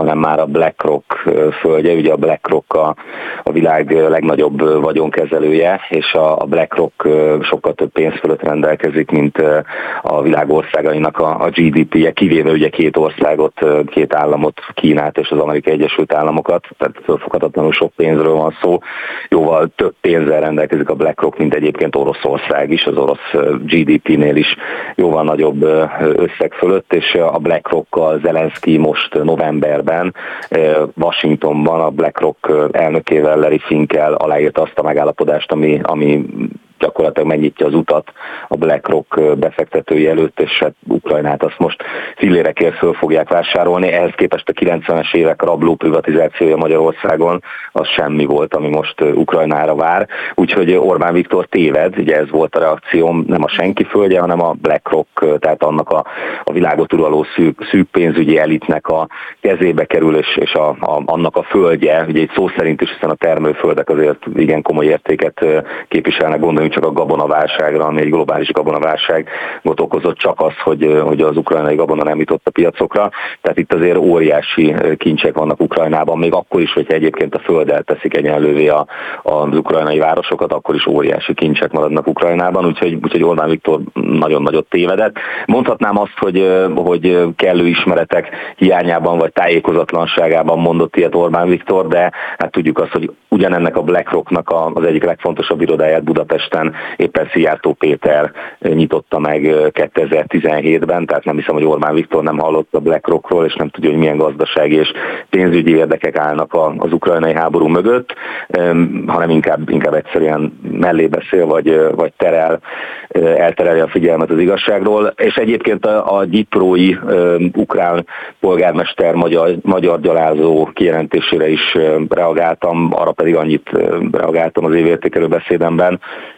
hanem már a BlackRock földje. Ugye a BlackRock a, a világ legnagyobb vagyonkezelője, és a, a BlackRock sokkal több pénz fölött rendelkezik, mint a világ országainak a, a gé dé pé-je, kivéve ugye két országot, két államot, Kínát és az Amerikai Egyesült Államokat, tehát fölfoghatatlanul sok pénzről van szó. Jóval több pénzzel rendelkezik a BlackRock, mint egyébként Oroszország is, az orosz gé dé pé-nél is jóval nagyobb összeg fölött, és a BlackRock-kal Zelenszky most novemberben Washingtonban a BlackRock elnökével, Larry Finkkel aláírta azt a megállapodást, ami, ami gyakorlatilag megnyitja az utat a BlackRock befektetői előtt, és hát Ukrajnát azt most fillérekért föl fogják vásárolni. Ehhez képest a kilencvenes évek rabló privatizációja Magyarországon az semmi volt, ami most Ukrajnára vár. Úgyhogy Orbán Viktor téved, ugye ez volt a reakcióm, nem a senki földje, hanem a BlackRock, tehát annak a, a világot uraló szűk, szűk pénzügyi elitnek a kezébe kerül, és, és a, a, annak a földje, ugye egy szó szerint is, hiszen a termőföldek azért igen komoly értéket képviselnek, gondoljunk csak a gabonaválságra, ami egy globális gabonaválságot okozott, csak az, hogy, hogy az ukrajnai gabona nem jutott a piacokra. Tehát itt azért óriási kincsek vannak Ukrajnában, még akkor is, hogyha egyébként a földdel teszik egyenlővé a, az ukrajnai városokat, akkor is óriási kincsek maradnak Ukrajnában, úgyhogy, úgyhogy Orbán Viktor nagyon nagyot tévedett. Mondhatnám azt, hogy, hogy kellő ismeretek hiányában vagy tájékozatlanságában mondott ilyet Orbán Viktor, de hát tudjuk azt, hogy ugyanennek a BlackRocknak az egyik legfontosabb irodáját Budapesten éppen Szijjártó Péter nyitotta meg kétezer-tizenhétben, tehát nem hiszem, hogy Orbán Viktor nem hallott a BlackRockról, és nem tudja, hogy milyen gazdasági és pénzügyi érdekek állnak az ukrajnai háború mögött, hanem inkább, inkább egyszerűen mellé beszél, vagy, vagy terel, eltereli a figyelmet az igazságról. És egyébként a, a gyiprói ukrán polgármester magyar, magyar gyalázó kijelentésére is reagáltam, arra pedig annyit reagáltam az évértékelő beszédemben,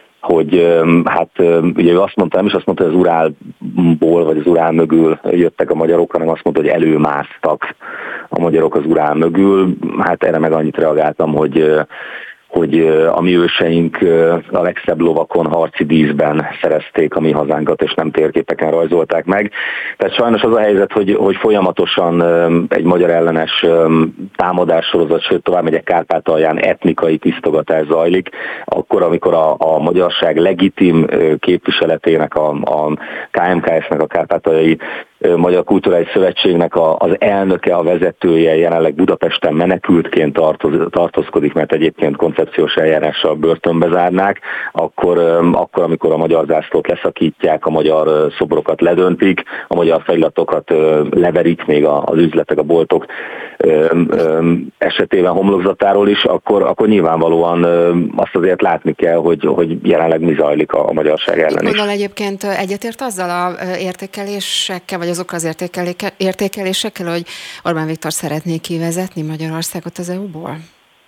hogy hát ugye ő azt mondta, nem is azt mondta, hogy az Urálból vagy az Urál mögül jöttek a magyarok, hanem azt mondta, hogy előmásztak a magyarok az Urál mögül. Hát erre meg annyit reagáltam, hogy hogy a mi őseink a legszebb lovakon harci díszben szerezték a mi hazánkat, és nem térképeken rajzolták meg. Tehát sajnos az a helyzet, hogy, hogy folyamatosan egy magyar ellenes támadássorozat, sőt tovább megyek Kárpátalján, etnikai tisztogatás zajlik, akkor, amikor a, a magyarság legitim képviseletének, a, a ká em ká es-nek, a Kárpátaljai Magyar Kulturális Szövetségnek a, az elnöke, a vezetője jelenleg Budapesten menekültként tartoz, tartózkodik, mert egyébként koncepciós eljárással börtönbe zárnák, akkor, akkor, amikor a magyar zászlót leszakítják, a magyar szobrokat ledöntik, a magyar feliratokat leverik még az üzletek, a boltok esetében homlokzatáról is, akkor, akkor nyilvánvalóan azt azért látni kell, hogy, hogy jelenleg mi zajlik a, a magyarság ellen is. Gondolom egyébként egyetért azzal a értékelésekkel, vagy azok az értékelésekkel, hogy Orbán Viktor szeretné kivezetni Magyarországot az é u-ból?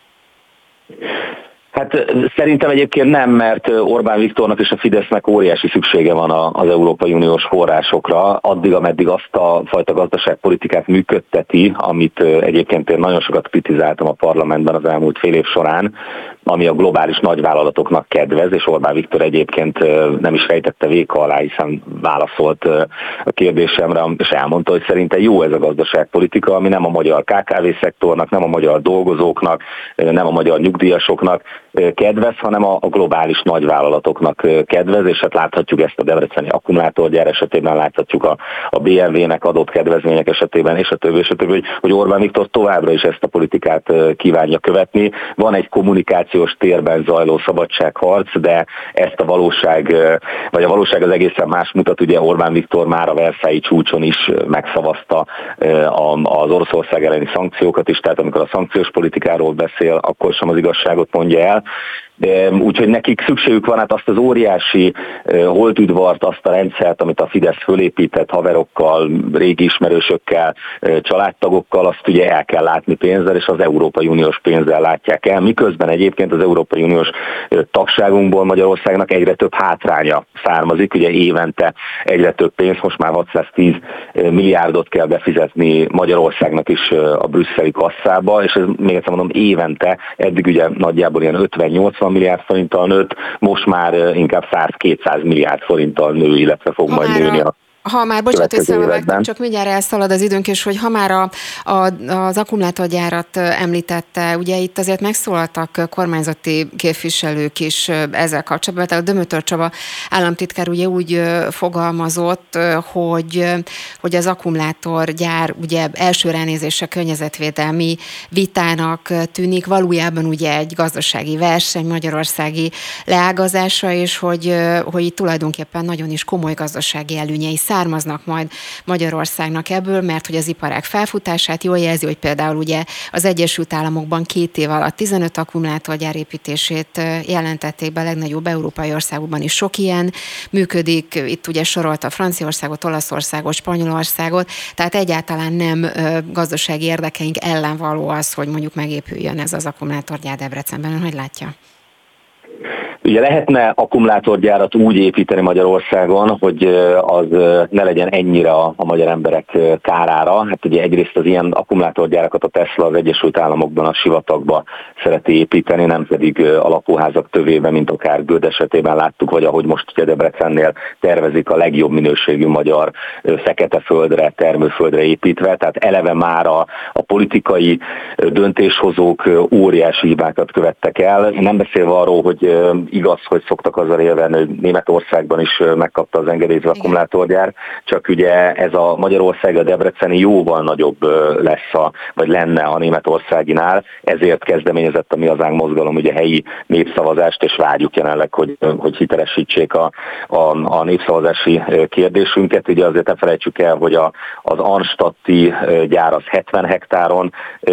Hát szerintem egyébként nem, mert Orbán Viktornak és a Fidesznek óriási szüksége van az Európai Uniós forrásokra, addig, ameddig azt a fajta gazdaságpolitikát működteti, amit egyébként én nagyon sokat kritizáltam a parlamentben az elmúlt fél év során, ami a globális nagyvállalatoknak kedvez, és Orbán Viktor egyébként nem is rejtette véka alá, hiszen válaszolt a kérdésemre, és elmondta, hogy szerinte jó ez a gazdaságpolitika, ami nem a magyar ká ká vé szektornak, nem a magyar dolgozóknak, nem a magyar nyugdíjasoknak kedvez, hanem a globális nagyvállalatoknak kedvez, és hát láthatjuk ezt a debreceni akkumulátorgyár esetében, láthatjuk a, a bé em vé-nek adott kedvezmények esetében, és a többi, és a többi, hogy, hogy Orbán Viktor továbbra is ezt a politikát kívánja követni. Van egy kommunikációs térben zajló szabadságharc, de ezt a valóság, vagy a valóság az egészen más mutat, ugye Orbán Viktor már a Versailles csúcson is megszavazta az Oroszország elleni szankciókat is, tehát amikor a szankciós politikáról beszél, akkor sem az igazságot mondja el. Úgyhogy nekik szükségük van, hát azt az óriási holtudvart, azt a rendszert, amit a Fidesz fölépített haverokkal, régi ismerősökkel, családtagokkal, azt ugye el kell látni pénzzel, és az Európai Uniós pénzzel látják el, miközben egyébként az Európai Uniós tagságunkból Magyarországnak egyre több hátránya származik, ugye évente egyre több pénz, most már hatszáztíz milliárdot kell befizetni Magyarországnak is a brüsszeli kasszába, és ez még egyszer mondom, évente, eddig ugye nagyjából ilyen ötven-nyolcvan milliárd forinttal nőtt, most már inkább száz-kétszáz milliárd forinttal nő, illetve fog ha majd nőni. A... Ha már, bocsánat, összevágtam, csak mindjárt elszalad az időnk, és hogy ha már a, a, az akkumulátorgyárat említette, ugye itt azért megszólaltak kormányzati képviselők is ezzel kapcsolatban, tehát a Dömötör Csaba államtitkár ugye úgy fogalmazott, hogy, hogy az akkumulátorgyár ugye első ránézésre környezetvédelmi vitának tűnik, valójában ugye egy gazdasági verseny, magyarországi leágazása, és hogy, hogy itt tulajdonképpen nagyon is komoly gazdasági előnyei származnak majd Magyarországnak ebből, mert hogy az iparág felfutását jól jelzi, hogy például ugye az Egyesült Államokban két év alatt tizenöt akkumulátorgyár építését jelentették be, a legnagyobb európai országokban is sok ilyen működik, itt ugye sorolta Franciaországot, Olaszországot, Spanyolországot, tehát egyáltalán nem gazdasági érdekeink ellen való az, hogy mondjuk megépüljön ez az akkumulátorgyár Debrecenben. Ön hogy látja? Ugye lehetne akkumulátorgyárat úgy építeni Magyarországon, hogy az ne legyen ennyire a, a magyar emberek kárára. Hát ugye egyrészt az ilyen akkumulátorgyárakat a Tesla az Egyesült Államokban a sivatagba szereti építeni, nem pedig a lakóházak tövében, mint akár Göd esetében láttuk, vagy ahogy most ugye Debrecennél tervezik a legjobb minőségű magyar fekete földre, termőföldre építve. Tehát eleve már a, a politikai döntéshozók óriási hibákat követtek el. Nem beszélve arról, hogy igaz, hogy szoktak azzal élni, hogy Németországban is megkapta az engedélyt az akkumulátorgyár, csak ugye ez a Magyarország, a debreceni jóval nagyobb lesz, a, vagy lenne a németországinál, ezért kezdeményezett a Mi Hazánk mozgalom ugye helyi népszavazást, és várjuk jelenleg, hogy, hogy hitelesítsék a, a, a népszavazási kérdésünket. Ugye azért ne felejtsük el, hogy a, az Arnstadti gyár az hetven hektáron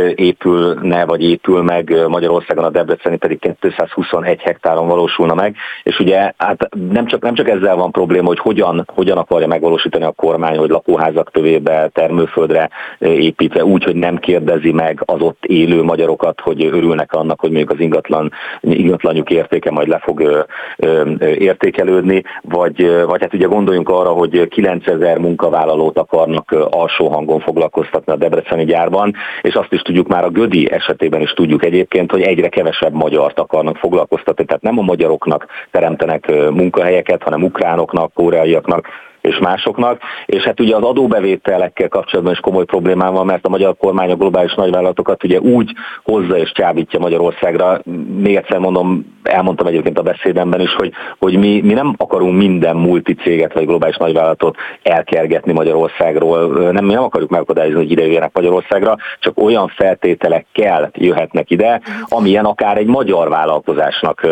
épülne, vagy épül meg, Magyarországon a debreceni pedig kétszázhuszonegy hektáron valósulna meg, és ugye hát nem csak, nem csak ezzel van probléma, hogy hogyan, hogyan akarja megvalósítani a kormány, hogy lakóházak tövébe, termőföldre építve, úgy, hogy nem kérdezi meg az ott élő magyarokat, hogy örülnek annak, hogy mondjuk az ingatlan, ingatlanjuk értéke majd le fog ö, ö, értékelődni, vagy, vagy hát ugye gondoljunk arra, hogy kilencezer munkavállalót akarnak alsó hangon foglalkoztatni a debreceni gyárban, és azt is tudjuk már a Gödi esetében is tudjuk egyébként, hogy egyre kevesebb magyart akarnak foglalkoztatni, tehát nem a magyaroknak teremtenek munkahelyeket, hanem ukránoknak, koreaiaknak és másoknak, és hát ugye az adóbevételekkel kapcsolatban is komoly problémám van, mert a magyar kormány a globális nagyvállalatokat ugye úgy hozza és csábítja Magyarországra, még egyszer mondom, elmondtam egyébként a beszédemben is, hogy, hogy mi, mi nem akarunk minden multicéget vagy globális nagyvállalatot elkergetni Magyarországról, nem, mi nem akarjuk megakadályozni, hogy ide jöjjenek Magyarországra, csak olyan feltételekkel jöhetnek ide, amilyen akár egy magyar vállalkozásnak,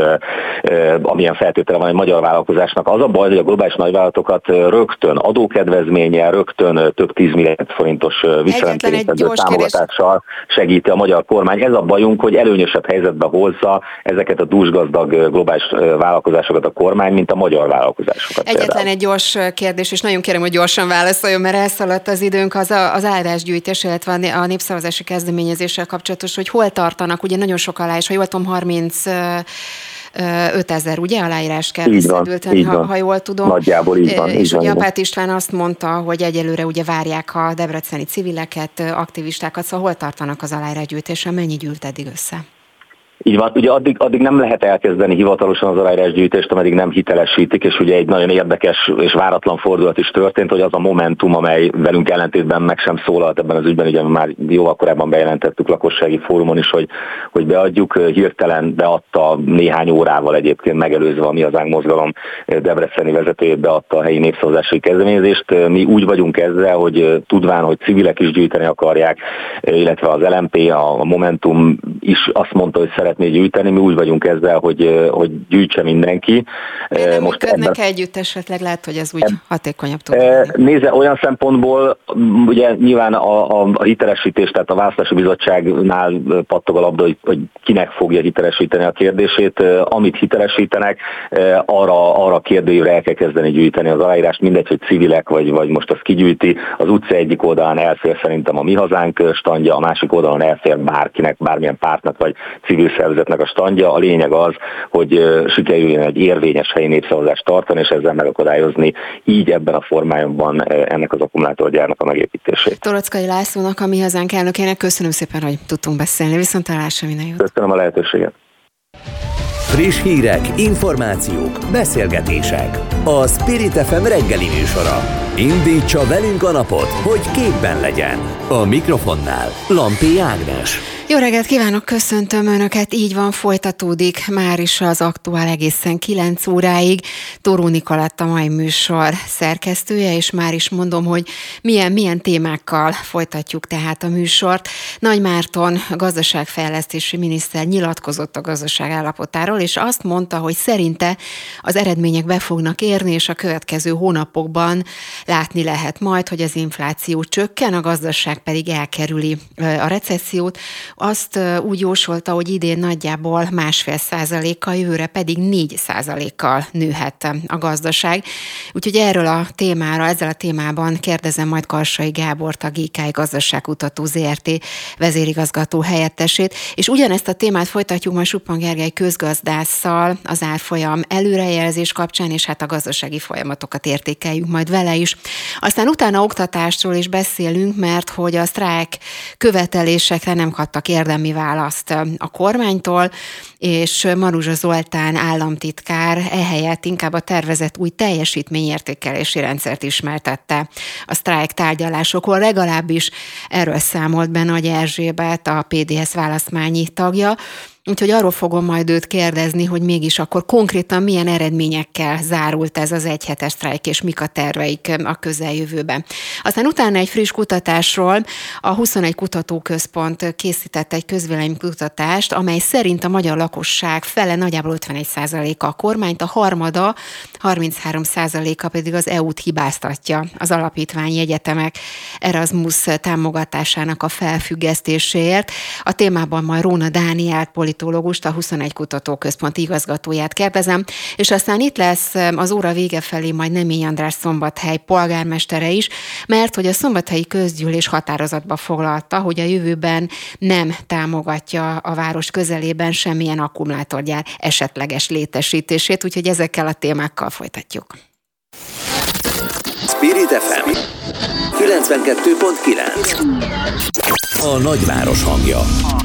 amilyen feltétele van egy magyar vállalkozásnak. Az a baj, hogy a globális nagyvállalatokat rögtön adókedvezménnyel, rögtön több tízmilliárd forintos visszanemtérítendő támogatással segíti a magyar kormány. Ez a bajunk, hogy előnyösebb helyzetbe hozza ezeket a dúsgazdag globális vállalkozásokat a kormány, mint a magyar vállalkozásokat. Egyetlen például. Egy gyors kérdés, és nagyon kérem, hogy gyorsan válaszoljon, mert elszaladt az időnk, az a, az aláírásgyűjtés, illetve a népszavazási kezdeményezéssel kapcsolatos, hogy hol tartanak, ugye nagyon sok aláírás, ha jól tudom, harminc ötezer, ugye, aláírás kell összegyűjteni, ha, ha jól tudom. Nagyjából így van. És így ugye van, Apát István azt mondta, hogy egyelőre ugye várják a debreceni civileket, aktivistákat, szóval hol tartanak az aláírásgyűjtésen, mennyi gyűlt eddig össze? Így van, ugye addig, addig nem lehet elkezdeni hivatalosan az aláírásgyűjtést, ameddig nem hitelesítik, és ugye egy nagyon érdekes és váratlan fordulat is történt, hogy az a Momentum, amely velünk ellentétben meg sem szólalt ebben az ügyben, ugye már jóval korábban bejelentettük lakossági fórumon is, hogy, hogy beadjuk, hirtelen beadta néhány órával egyébként megelőzve a Mi Hazánk mozgalom debreceni vezetőjét, beadta a helyi népszavazási kezdeményezést. Mi úgy vagyunk ezzel, hogy tudván, hogy civilek is gyűjteni akarják, illetve az el em pé, a Momentum is azt mondta, hogy szeretné gyűjteni, mi úgy vagyunk ezzel, hogy, hogy gyűjtse mindenki. De nem Most működnek ebben... együtt esetleg, lehet, hogy ez úgy eb... hatékonyabb tud lenni. Nézze, olyan szempontból, ugye nyilván a, a, a hitelesítés, tehát a Választási Bizottságnál pattog a labda, hogy, hogy kinek fogja hitelesíteni a kérdését. Amit hitelesítenek, arra, arra a kérdőjére el kell kezdeni gyűjteni az aláírást, mindegy, hogy civilek, vagy, vagy most az kigyűjti. Az utca egyik oldalán elfér szerintem a Mi Hazánk standja, a másik oldalon elfér bárkinek, bármilyen pártnak, vagy civil szervezetnek a standja. A lényeg az, hogy sikerüljön egy érvényes helyi népszavazást tartani, és ezzel megakadályozni így ebben a formájában ennek az akkumulátorgyárnak a megépítését. Torockai Lászlónak, a Mi Hazánk elnökének köszönöm szépen, hogy tudtunk beszélni. Viszontlátásra, minden jót. Köszönöm a lehetőséget. Friss hírek, információk, beszélgetések. A Spirit ef em reggeli műsora. Indítsa velünk a napot, hogy képben legyen. A mikrofonnál Lampi Ágnes. Jó reggelt kívánok, köszöntöm Önöket, így van, folytatódik már is az aktuál egészen kilenc óráig. Tóró Nikolett a mai műsor szerkesztője, és már is mondom, hogy milyen, milyen témákkal folytatjuk tehát a műsort. Nagy Márton, a gazdaságfejlesztési miniszter nyilatkozott a gazdaság állapotáról, és azt mondta, hogy szerinte az eredmények be fognak érni, és a következő hónapokban látni lehet majd, hogy az infláció csökken, a gazdaság pedig elkerüli a recessziót. Azt úgy jósolta, hogy idén nagyjából másfél százalékkal, jövőre pedig négy százalékkal nőhet a gazdaság. Úgyhogy erről a témára, ezzel a témában kérdezem majd Karsai Gábort, a gé ká i Gazdaságkutató zé er té vezérigazgató helyettesét, és ugyanezt a témát folytatjuk majd Suppan Gergely közgazdásszal az árfolyam előrejelzés kapcsán, és hát a gazdasági folyamatokat értékeljük majd vele is. Aztán utána oktatásról is beszélünk, mert hogy a sztrájk követelésekre nem kaptak érdemi választ a kormánytól, és Maruzsa Zoltán államtitkár ehelyett inkább a tervezett új teljesítményértékelési rendszert ismertette a sztrájk tárgyalásokon, legalábbis erről számolt be Nagy Erzsébet, a pé dé es választmányi tagja. Úgyhogy arról fogom majd őt kérdezni, hogy mégis akkor konkrétan milyen eredményekkel zárult ez az egyhetes sztrájk, és mik a terveik a közeljövőben. Aztán utána egy friss kutatásról a huszonegy Kutatóközpont készített egy közvéleménykutatást, amely szerint a magyar lakosság fele, nagyjából ötvenegy százaléka a kormányt, a harmada, harminchárom százaléka pedig az é u-t hibáztatja az alapítványi egyetemek Erasmus támogatásának a felfüggesztéséért. A témában majd Róna Dánielt, politológust, a huszonegy Kutatóközpont igazgatóját kérdezem, és aztán itt lesz az óra vége felé majd Nemény András Szombathely polgármestere is, mert hogy a szombathelyi közgyűlés határozatba foglalta, hogy a jövőben nem támogatja a város közelében semmilyen akkumulátorgyár esetleges létesítését, úgyhogy ezekkel a témákkal folytatjuk. Spirit ef em kilencvenkettő pont kilenc. A nagyváros hangja.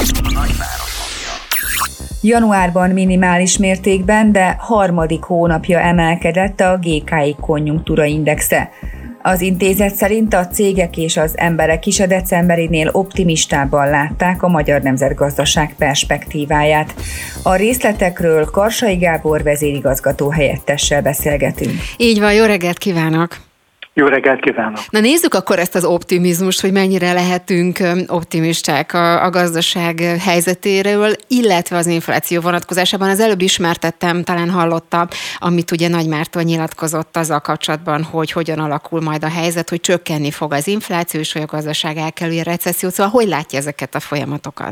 Januárban minimális mértékben, de harmadik hónapja emelkedett a gé ká i konjunktúra indexe. Az intézet szerint a cégek és az emberek is a decemberinél optimistábban látták a magyar nemzetgazdaság perspektíváját. A részletekről Karsai Gábor vezérigazgató helyettessel beszélgetünk. Így van, jó reggelt kívánok! Jó reggelt kívánok! Na nézzük akkor ezt az optimizmust, hogy mennyire lehetünk optimisták a, a gazdaság helyzetéről, illetve az infláció vonatkozásában. Az előbb ismertettem, talán hallotta, amit ugye Nagy Márton nyilatkozott azzal kapcsolatban, hogy hogyan alakul majd a helyzet, hogy csökkenni fog az infláció, és hogy a gazdaság elkerülje a recessziót. Szóval hogy látja ezeket a folyamatokat?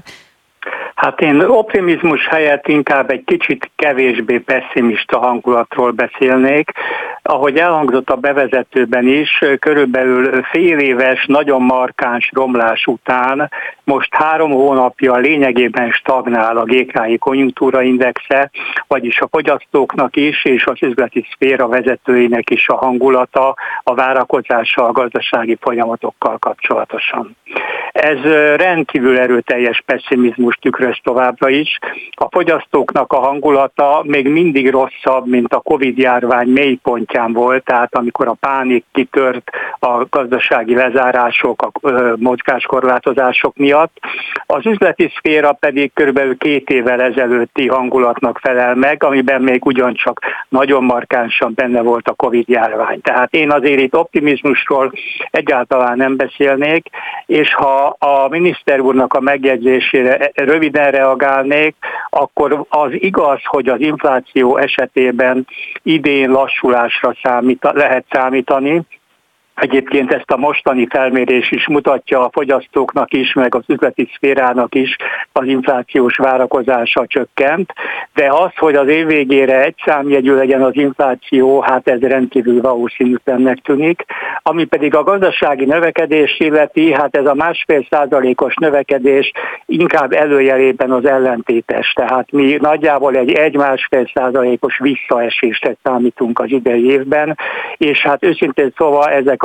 Hát én optimizmus helyett inkább egy kicsit kevésbé pesszimista hangulatról beszélnék. Ahogy elhangzott a bevezetőben is, körülbelül fél éves, nagyon markáns romlás után most három hónapja lényegében stagnál a gé ká i konjunktúraindexe, vagyis a fogyasztóknak is, és az üzleti szféra vezetőinek is a hangulata, a várakozása a gazdasági folyamatokkal kapcsolatosan. Ez rendkívül erőteljes pesszimizmus tükröz továbbra is. A fogyasztóknak a hangulata még mindig rosszabb, mint a Covid-járvány mélypontján volt, tehát amikor a pánik kitört a gazdasági lezárások, a mozgáskorlátozások miatt. Az üzleti szféra pedig körülbelül két évvel ezelőtti hangulatnak felel meg, amiben még ugyancsak nagyon markánsan benne volt a Covid-járvány. Tehát én azért itt optimizmusról egyáltalán nem beszélnék, és ha a miniszter úrnak a megjegyzésére röviden reagálnék, akkor az igaz, hogy az infláció esetében idén lassulásra számít, lehet számítani. Egyébként ezt a mostani felmérés is mutatja, a fogyasztóknak is, meg az üzleti szférának is az inflációs várakozása csökkent, de az, hogy az év végére egy számjegyű legyen az infláció, hát ez rendkívül valószínűtlennek tűnik. Ami pedig a gazdasági növekedés illeti, hát ez a másfél százalékos növekedés inkább előjelében az ellentétes. Tehát mi nagyjából egy egy-másfél százalékos visszaesésre számítunk az idei évben, és hát őszintén szóval ezek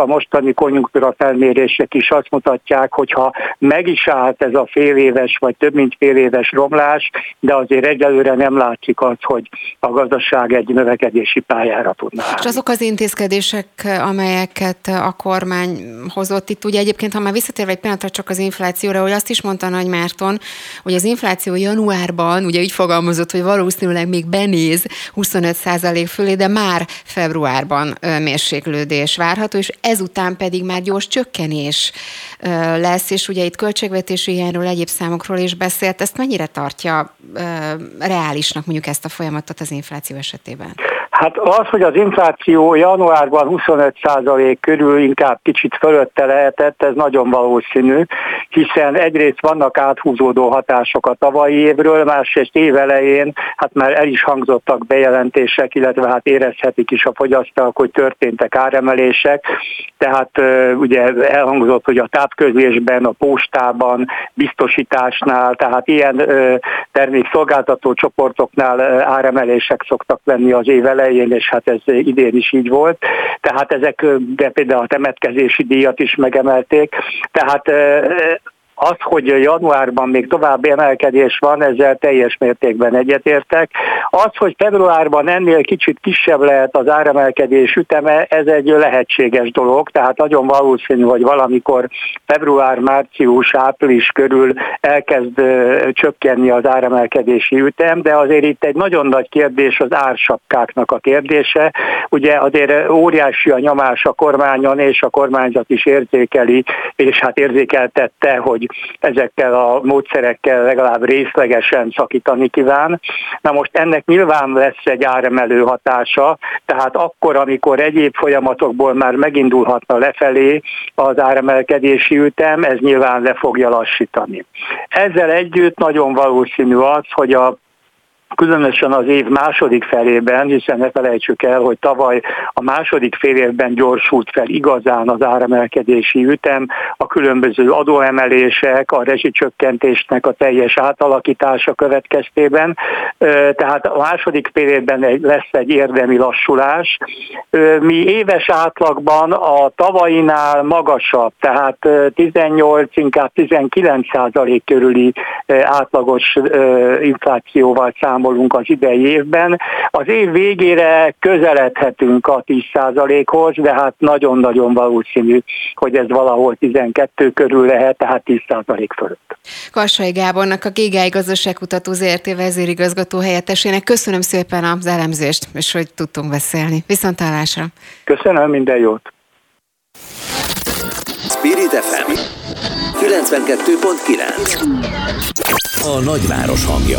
a mostani konjunktúra felmérések is azt mutatják, hogyha meg is állt ez a fél éves vagy több mint fél éves romlás, de azért egyelőre nem látszik az, hogy a gazdaság egy növekedési pályára tudná állni. És azok az intézkedések, amelyeket a kormány hozott itt, ugye egyébként, ha már visszatérve egy pillanatra csak az inflációra, hogy azt is mondta Nagy Márton, hogy az infláció januárban, ugye így fogalmazott, hogy valószínűleg még benéz huszonöt százalék fölé, de már februárban mérséklődés várható, és ezután pedig már gyors csökkenés lesz, és ugye itt költségvetési hiányról, egyéb számokról is beszélt. Ezt mennyire tartja reálisnak mondjuk ezt a folyamatot az infláció esetében? Hát az, hogy az infláció januárban huszonöt százalék körül inkább kicsit fölötte lehetett, ez nagyon valószínű, hiszen egyrészt vannak áthúzódó hatások a tavalyi évről, másrészt év elején hát már el is hangzottak bejelentések, illetve hát érezhetik is a fogyasztók, hogy történtek áremelések, tehát ugye elhangzott, hogy a távközlésben, a postában, biztosításnál, tehát ilyen termékszolgáltató csoportoknál áremelések szoktak lenni az év elején, és hát ez idén is így volt. Tehát ezek, de például a temetkezési díjat is megemelték. Tehát az, hogy januárban még további emelkedés van, ezzel teljes mértékben egyetértek. Az, hogy februárban ennél kicsit kisebb lehet az áremelkedés üteme, ez egy lehetséges dolog, tehát nagyon valószínű, hogy valamikor február, március, április körül elkezd csökkenni az áremelkedési ütem, de azért itt egy nagyon nagy kérdés az ársapkáknak a kérdése. Ugye azért óriási a nyomás a kormányon, és a kormányzat is érzékeli, és hát érzékeltette, hogy ezekkel a módszerekkel legalább részlegesen szakítani kíván. Na most ennek nyilván lesz egy áremelő hatása, tehát akkor, amikor egyéb folyamatokból már megindulhatna lefelé az áremelkedési ütem, ez nyilván le fogja lassítani. Ezzel együtt nagyon valószínű az, hogy a különösen az év második felében, hiszen ne felejtsük el, hogy tavaly a második fél évben gyorsult fel igazán az áremelkedési ütem, a különböző adóemelések, a rezsicsökkentésnek a teljes átalakítása következtében. Tehát a második fél évben lesz egy érdemi lassulás. Mi éves átlagban a tavainál magasabb, tehát tizennyolc, inkább tizenkilenc százalék körüli átlagos inflációval számolunk az idei évben. Az év végére közeledhetünk a tíz százalékhoz, de hát nagyon-nagyon valószínű, hogy ez valahol tizenkettő körül lehet, tehát tíz százalék fölött. Kassai Gábornak, a Gégály Gazdaságkutató zé er té vezérigazgató helyettesének köszönöm szépen az elemzést, és hogy tudtunk beszélni. Viszonthallásra! Köszönöm, minden jót! Spirit ef em kilencvenkettő pont kilenc. A nagyváros hangja.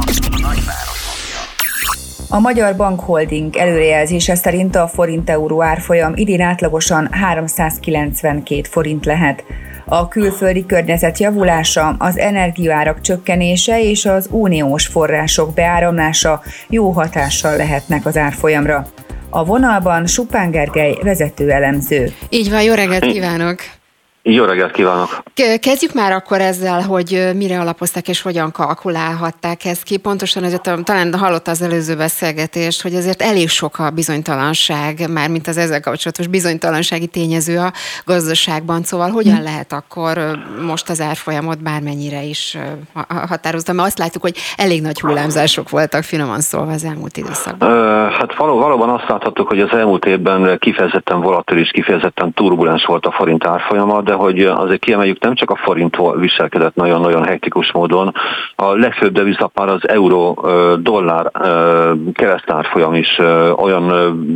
A Magyar Bank Holding előrejelzése szerint a forint-euró árfolyam idén átlagosan háromszázkilencvenkét forint lehet. A külföldi környezet javulása, az energiaárak csökkenése és az uniós források beáramlása jó hatással lehetnek az árfolyamra. A vonalban Suppán Gergely vezető elemző. Így van, jó reggelt kívánok! Jó reggelt kívánok! Kezdjük már akkor ezzel, hogy mire alapozták és hogyan kalkulálhatták ezt ki. Pontosan azért talán hallotta az előző beszélgetést, hogy azért elég sok a bizonytalanság, mármint az ezzel kapcsolatos bizonytalansági tényező a gazdaságban. Szóval hogyan lehet akkor most az árfolyamot bármennyire is határozni? Mert azt látjuk, hogy elég nagy hullámzások voltak, finoman szólva, az elmúlt időszakban. Ö, hát való, valóban azt láthattuk, hogy az elmúlt évben kifejezetten volatilis, kifejezetten turbulens volt a forint árfolyama, de hogy azért kiemeljük, nem csak a forint viselkedett nagyon-nagyon hektikus módon, a legfőbb devizapár az euró-dollár keresztárfolyam is olyan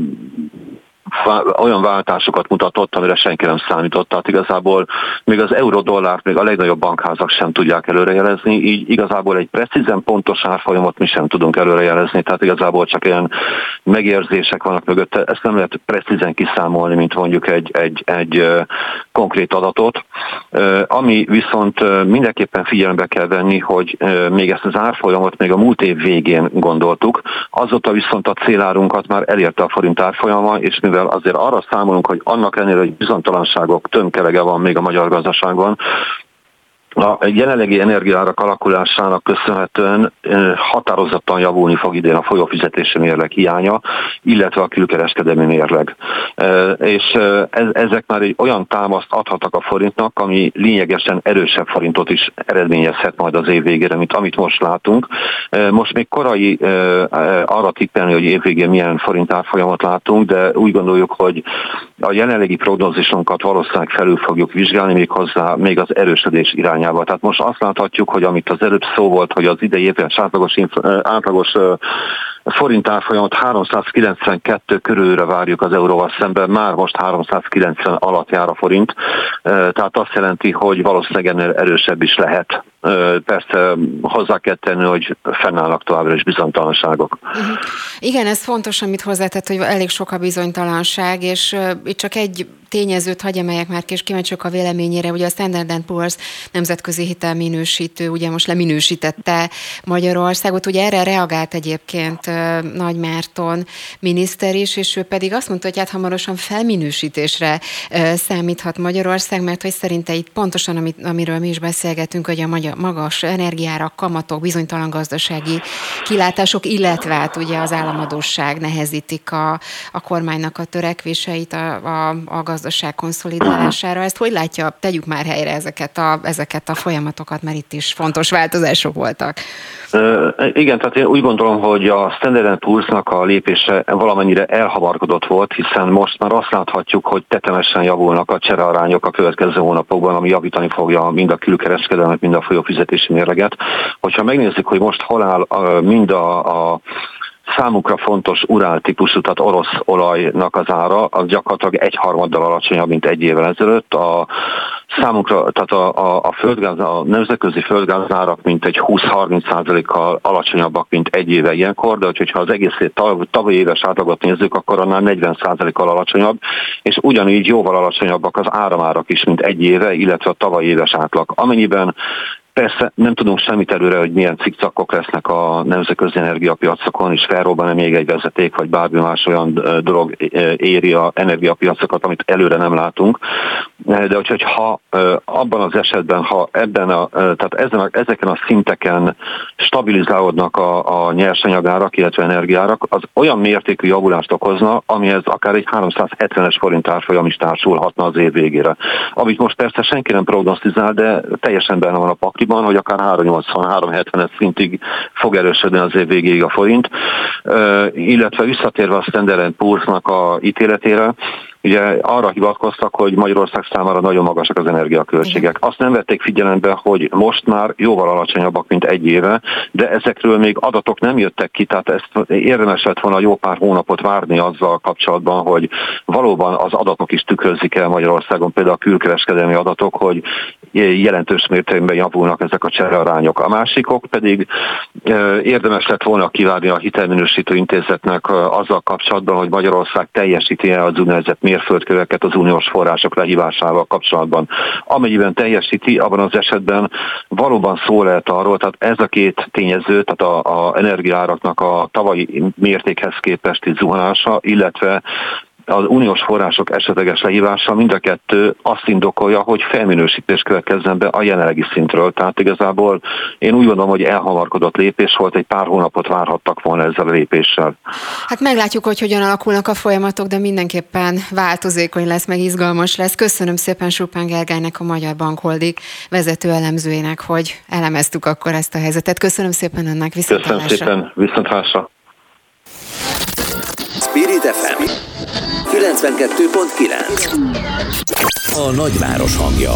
olyan váltásokat mutatott, amire senki nem számított. Tehát igazából még az euró-dollárt még a legnagyobb bankházak sem tudják előrejelezni, így igazából egy precízen pontos árfolyamot mi sem tudunk előrejelezni, tehát igazából csak ilyen megérzések vannak mögötte, ezt nem lehet precízen kiszámolni, mint mondjuk egy, egy, egy konkrét adatot. Ami viszont mindenképpen figyelembe kell venni, hogy még ezt az árfolyamot még a múlt év végén gondoltuk, azóta viszont a célárunkat már elérte a forint árfolyama, és mivel azért arra számolunk, hogy annak ellenére, hogy bizonytalanságok tömkelege van még a magyar gazdaságban, A jelenlegi energiaárak alakulásának köszönhetően határozottan javulni fog idén a folyófizetési mérleg hiánya, illetve a külkereskedelmi mérleg. És ezek már egy olyan támaszt adhatnak a forintnak, ami lényegesen erősebb forintot is eredményezhet majd az év végére, mint amit most látunk. Most még korai arra tippelni, hogy év végén milyen forint árfolyamot látunk, de úgy gondoljuk, hogy a jelenlegi prognózisunkat valószínűleg felül fogjuk vizsgálni, még hozzá még az erősödés irányába. Tehát most azt láthatjuk, hogy amit az előbb szó volt, hogy az idei évben átlagos, átlagos forint árfolyamot háromszázkilencvenkettő körülre várjuk az euróval szemben, már most háromszázkilencven alatt jár a forint, tehát azt jelenti, hogy valószínűleg ennél erősebb is lehet. Persze hozzá kell tenni, hogy fennállnak továbbra is bizonytalanságok. Uh-huh. Igen, ez fontos, amit hozzátett, hogy elég sok a bizonytalanság, és uh, itt csak egy tényezőt hagy emeljek már, és kíváncsiak a véleményére. Ugye a Standard and Poor's nemzetközi hitelminősítő ugye most leminősítette Magyarországot. Ugye erre reagált egyébként uh, Nagy Márton miniszter is, és ő pedig azt mondta, hogy hát hamarosan felminősítésre uh, számíthat Magyarország, mert hogy szerinte itt pontosan, amit, amiről mi is beszélgetünk, hogy a magyar, magas energiárak, kamatok, bizonytalan gazdasági kilátások, illetve hát ugye az államadósság nehezítik a, a kormánynak a törekvéseit a, a, a gazdaság konszolidálására. Ezt hogy látja? Tegyük már helyre ezeket a, ezeket a folyamatokat, mert itt is fontos változások voltak. Uh, igen, tehát én úgy gondolom, hogy a Standard and Poor's-nak a lépése valamennyire elhamarkodott volt, hiszen most már azt láthatjuk, hogy tetemesen javulnak a cserearányok a következő hónapokban, ami javítani fogja mind a külkereskedelmet, mind a folyófizetési mérleget. Hogyha megnézzük, hogy most hol áll uh, mind a, a számukra fontos urál típusú, tehát orosz olajnak az ára, az gyakorlatilag egyharmaddal alacsonyabb, mint egy évvel ezelőtt. A számukra, tehát a, a, a földgáz, a nemzetközi földgázárak mintegy húsz-harminc százalékkal alacsonyabbak, mint egy éve ilyenkor, de hogyha az egész tavalyi éves átlagot nézzük, akkor annál negyven százalékkal alacsonyabb, és ugyanígy jóval alacsonyabbak az áramárak is, mint egy éve, illetve a tavalyi éves átlag. Amennyiben persze nem tudunk semmit előre, hogy milyen cikcakok lesznek a nemzetközi energiapiacokon, és felrobban-e még egy vezeték, vagy bármi más olyan dolog éri az energiapiacokat, amit előre nem látunk. De hogy ha abban az esetben, ha ebben a, tehát ezen a, ezeken a szinteken stabilizálódnak a, a nyersanyagárak, illetve energiárak, az olyan mértékű javulást okozna, amihez akár egy háromszázhetvenes forint árfolyam is társulhatna az év végére. Amit most persze senki nem prognosztizál, de teljesen benne van a pakliban, hogy akár háromszáznyolcvan hetvenes szintig fog erősödni az év végéig a forint, illetve visszatérve a Standard and Poor's-nak a ítéletére, ugye arra hivatkoztak, hogy Magyarország számára nagyon magasak az energiaköltségek. Azt nem vették figyelembe, hogy most már jóval alacsonyabbak, mint egy éve, de ezekről még adatok nem jöttek ki, tehát ezt érdemes lett volna jó pár hónapot várni azzal kapcsolatban, hogy valóban az adatok is tükrözik el Magyarországon, például a külkereskedelmi adatok, hogy jelentős mértékben javulnak ezek a cserearányok. A másikok pedig érdemes lett volna kivárni a hitelminősítő intézetnek azzal kapcsolatban, hogy Magyarország teljesíti-e az úgynevezett mérföldköveket az uniós források lehívásával kapcsolatban. Amennyiben teljesíti, abban az esetben valóban szó lehet arról, tehát ez a két tényező, tehát a, a energiaáraknak a tavalyi mértékhez képesti zuhanása, illetve az uniós források esetleges lehívása, mind a kettő azt indokolja, hogy felminősítés következzen be a jelenlegi szintről. Tehát igazából én úgy gondolom, hogy elhamarkodott lépés volt, egy pár hónapot várhattak volna ezzel a lépéssel. Hát meglátjuk, hogy hogyan alakulnak a folyamatok, de mindenképpen változékony lesz, meg izgalmas lesz. Köszönöm szépen Schupán Gergelynek, a Magyar Bank Holding vezető elemzőjének, hogy elemeztük akkor ezt a helyzetet. Köszönöm szépen ennek, viszontlátásra. Köszönöm szépen, viszontlátásra. Spirit ef em kilencvenkettő pont kilenc. A nagyváros hangja.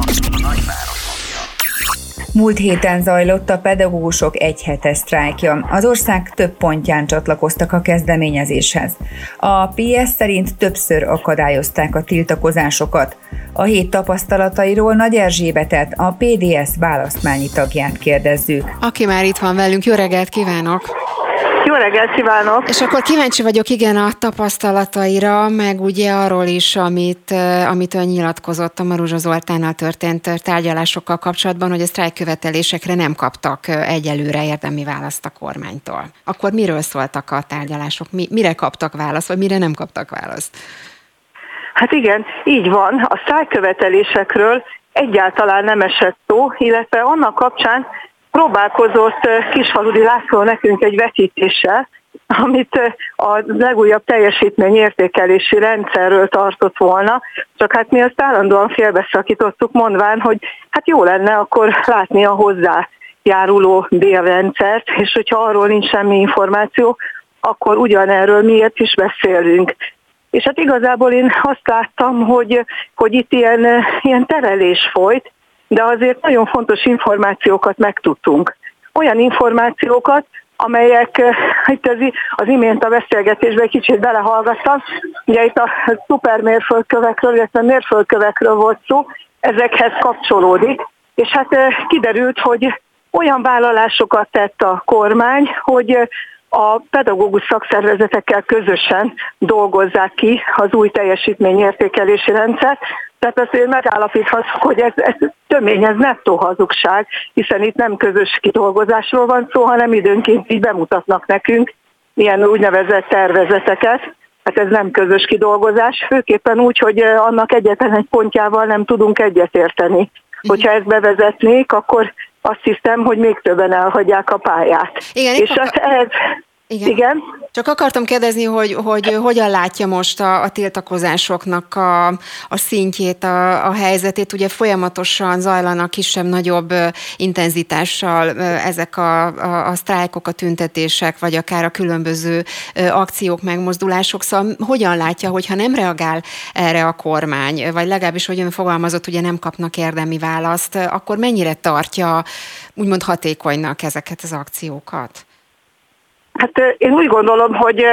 Múlt héten zajlott a pedagógusok egyhetes sztrájkja. Az ország több pontján csatlakoztak a kezdeményezéshez. A pé es szerint többször akadályozták a tiltakozásokat. A hét tapasztalatairól Nagy Erzsébetet, a pé dé es választmányi tagját kérdezzük. Aki már itt van velünk, jó reggelt kívánok! Jó reggelt kívánok! És akkor kíváncsi vagyok, igen, a tapasztalataira, meg ugye arról is, amit, amit ön nyilatkozott a Maruzsa Zoltánnal történt tárgyalásokkal kapcsolatban, hogy a sztrájkkövetelésekre nem kaptak egyelőre érdemi választ a kormánytól. Akkor miről szóltak a tárgyalások? Mi, mire kaptak választ, vagy mire nem kaptak választ? Hát igen, így van. A sztrájkkövetelésekről egyáltalán nem esett szó, illetve annak kapcsán próbálkozott Kisfaludi László nekünk egy vetítéssel, amit a legújabb teljesítményértékelési rendszerről tartott volna, csak hát mi azt állandóan félbeszakítottuk, mondván, hogy hát jó lenne akkor látni a hozzájáruló bérrendszert, és hogyha arról nincs semmi információ, akkor ugyanerről miért is beszélünk. És hát igazából én azt láttam, hogy, hogy itt ilyen, ilyen terelés folyt, de azért nagyon fontos információkat megtudtunk. Olyan információkat, amelyek itt az, az imént a beszélgetésben kicsit belehallgattam. Ugye itt a szupermérföldkövekről, illetve mérföldkövekről volt szó, ezekhez kapcsolódik. És hát kiderült, hogy olyan vállalásokat tett a kormány, hogy a pedagógus szakszervezetekkel közösen dolgozzák ki az új teljesítményértékelési rendszert. Tehát azért megállapíthatjuk, hogy ez, ez tömény, ez nettó hazugság, hiszen itt nem közös kidolgozásról van szó, hanem időnként így bemutatnak nekünk ilyen úgynevezett tervezeteket. Hát ez nem közös kidolgozás, főképpen úgy, hogy annak egyetlen egy pontjával nem tudunk egyetérteni. Hogyha ezt bevezetnék, akkor azt hiszem, hogy még többen elhagyják a pályát. Igen, és ez, ez, igen. igen. Csak akartam kérdezni, hogy, hogy hogyan látja most a, a tiltakozásoknak a, a szintjét, a, a helyzetét. Ugye folyamatosan zajlanak kisebb-nagyobb intenzitással ezek a, a, a sztrájkok, a tüntetések, vagy akár a különböző akciók, megmozdulások. Szóval hogyan látja, hogyha nem reagál erre a kormány, vagy legalábbis, hogy ön fogalmazott, ugye nem kapnak érdemi választ, akkor mennyire tartja úgymond hatékonynak ezeket az akciókat? Hát én úgy gondolom, hogy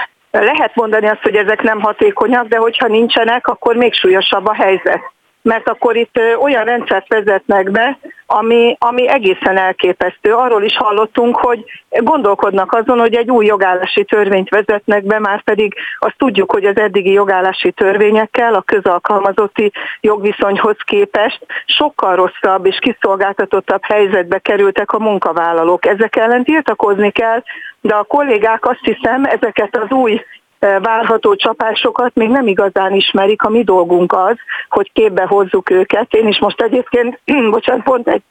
lehet mondani azt, hogy ezek nem hatékonyak, de hogyha nincsenek, akkor még súlyosabb a helyzet. Mert akkor itt olyan rendszert vezetnek be, ami, ami egészen elképesztő. Arról is hallottunk, hogy gondolkodnak azon, hogy egy új jogállási törvényt vezetnek be, már pedig azt tudjuk, hogy az eddigi jogállási törvényekkel a közalkalmazotti jogviszonyhoz képest sokkal rosszabb és kiszolgáltatottabb helyzetbe kerültek a munkavállalók. Ezek ellen tiltakozni kell, de a kollégák azt hiszem ezeket az új várható csapásokat még nem igazán ismerik, a mi dolgunk az, hogy képbe hozzuk őket. Én is most egyébként, bocsánat, pont egy,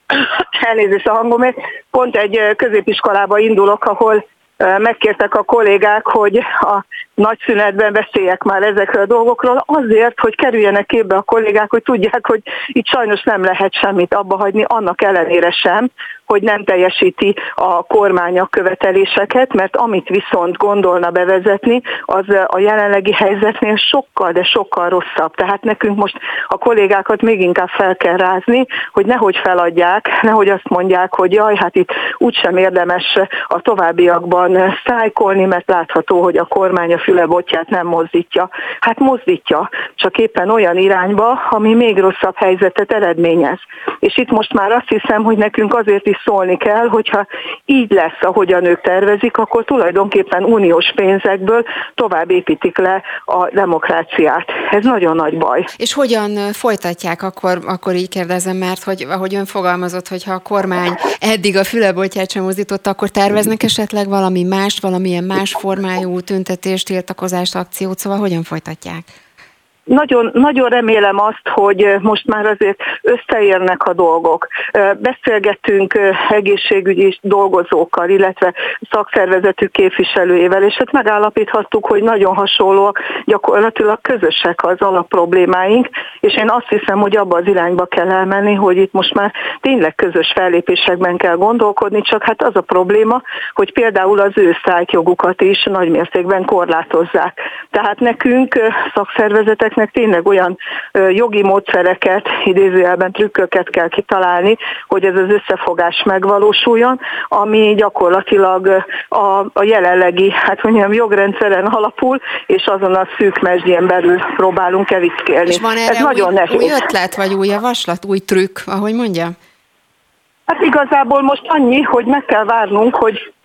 elnézést a hangomért, pont egy középiskolába indulok, ahol megkértek a kollégák, hogy a nagy szünetben beszéljek már ezekről a dolgokról, azért, hogy kerüljenek képbe a kollégák, hogy tudják, hogy itt sajnos nem lehet semmit abba hagyni, annak ellenére sem, hogy nem teljesíti a kormány a követeléseket, mert amit viszont gondolna bevezetni, az a jelenlegi helyzetnél sokkal, de sokkal rosszabb. Tehát nekünk most a kollégákat még inkább fel kell rázni, hogy nehogy feladják, nehogy azt mondják, hogy jaj, hát itt úgysem érdemes a továbbiakban sztrájkolni, mert látható, hogy a kormány a fülebotját nem mozdítja. Hát mozdítja, csak éppen olyan irányba, ami még rosszabb helyzetet eredményez. És itt most már azt hiszem, hogy nekünk azért is szólni kell, hogyha így lesz, ahogyan ők tervezik, akkor tulajdonképpen uniós pénzekből tovább építik le a demokráciát. Ez nagyon nagy baj. És hogyan folytatják, akkor, akkor így kérdezem, mert hogy ahogy ön fogalmazott, hogyha a kormány eddig a fülebotját sem mozdította, akkor terveznek esetleg valami mást, valamilyen más formájú tüntetést, tiltakozást, akciót, szóval hogyan folytatják? Nagyon, nagyon remélem azt, hogy most már azért összeérnek a dolgok. Beszélgettünk egészségügyi dolgozókkal, illetve szakszervezetük képviselőjével, és hát megállapíthattuk, hogy nagyon hasonlóak, gyakorlatilag közösek az alapproblémáink, és én azt hiszem, hogy abba az irányba kell elmenni, hogy itt most már tényleg közös fellépésekben kell gondolkodni, csak hát az a probléma, hogy például az ő sztrájkjogukat is nagy mértékben korlátozzák. Tehát nekünk szakszervezetek tényleg olyan jogi módszereket, idézőjelben trükköket kell kitalálni, hogy ez az összefogás megvalósuljon, ami gyakorlatilag a, a jelenlegi, hát mondjam, jogrendszeren alapul, és azon a szűk mesdjén belül próbálunk evickélni. És van erre ez új, nagyon nehéz. új ötlet, vagy új javaslat, új trükk, ahogy mondja? Hát igazából most annyi, hogy meg kell várnunk, hogy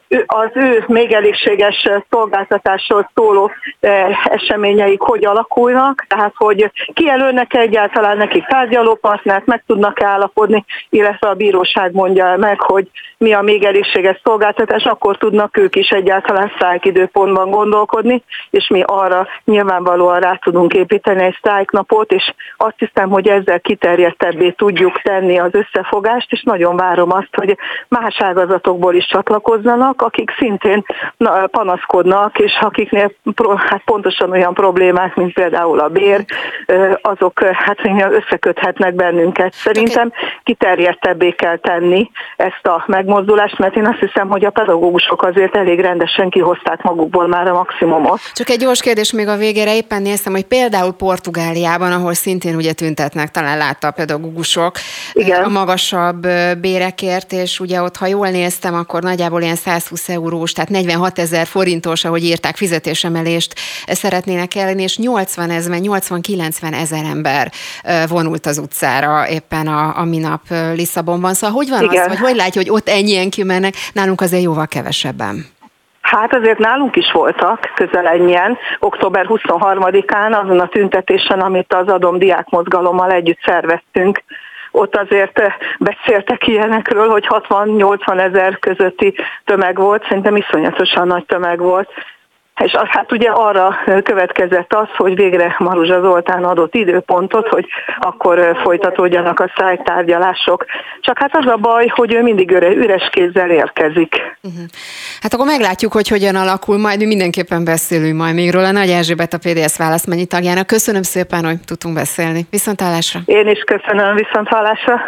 az ő még elégséges szolgáltatásról szóló eseményeik hogy alakulnak, tehát hogy kijelölnek egyáltalán nekik tárgyalópartnert, meg tudnak állapodni, illetve a bíróság mondja meg, hogy mi a még elégséges szolgáltatás, akkor tudnak ők is egyáltalán sztrájkidőpontban gondolkodni, és mi arra nyilvánvalóan rá tudunk építeni egy sztrájknapot, és azt hiszem, hogy ezzel kiterjedtebbé tudjuk tenni az összefogást, és nagyon várom azt, hogy más ágazatokból is csatlakozzanak, akik szintén panaszkodnak, és akiknél hát pontosan olyan problémák, mint például a bér, azok hát összeköthetnek bennünket. Szerintem kiterjedtebbé kell tenni ezt a megmozdulást, mert én azt hiszem, hogy a pedagógusok azért elég rendesen kihozták magukból már a maximumot. Csak egy gyors kérdés még a végére, éppen néztem, hogy például Portugáliában, ahol szintén ugye tüntetnek, talán látta a pedagógusok, igen, a magasabb bérekért, és ugye ott, ha jól néztem, akkor nagyjából ilyen százhúsz eurós, tehát negyvenhatezer forintos, ahogy írták, fizetésemelést szeretnének elleni, és nyolcvan ezer, nyolcvan-kilencven ezer ember vonult az utcára éppen a, a minap Lisszabonban. Szóval hogy van igen. az, vagy hogy látja, hogy ott ennyien kimennek, nálunk azért jóval kevesebben? Hát azért nálunk is voltak közel ennyien, október huszonharmadikán azon a tüntetésen, amit az Adom diákmozgalommal együtt szerveztünk. Ott azért beszéltek ilyenekről, hogy hatvan-nyolcvan ezer közötti tömeg volt, szerintem iszonyatosan nagy tömeg volt. És az, hát ugye arra következett az, hogy végre Maruzsa Zoltán adott időpontot, hogy akkor folytatódjanak a sztrájktárgyalások. Csak hát az a baj, hogy ő mindig üres kézzel érkezik. Uh-huh. Hát akkor meglátjuk, hogy hogyan alakul, majd mi mindenképpen beszélünk majd még róla. Nagy Erzsébet, a pé dé es választmányi tagjának. Köszönöm szépen, hogy tudtunk beszélni. Viszonthallásra. Én is köszönöm, viszonthallásra.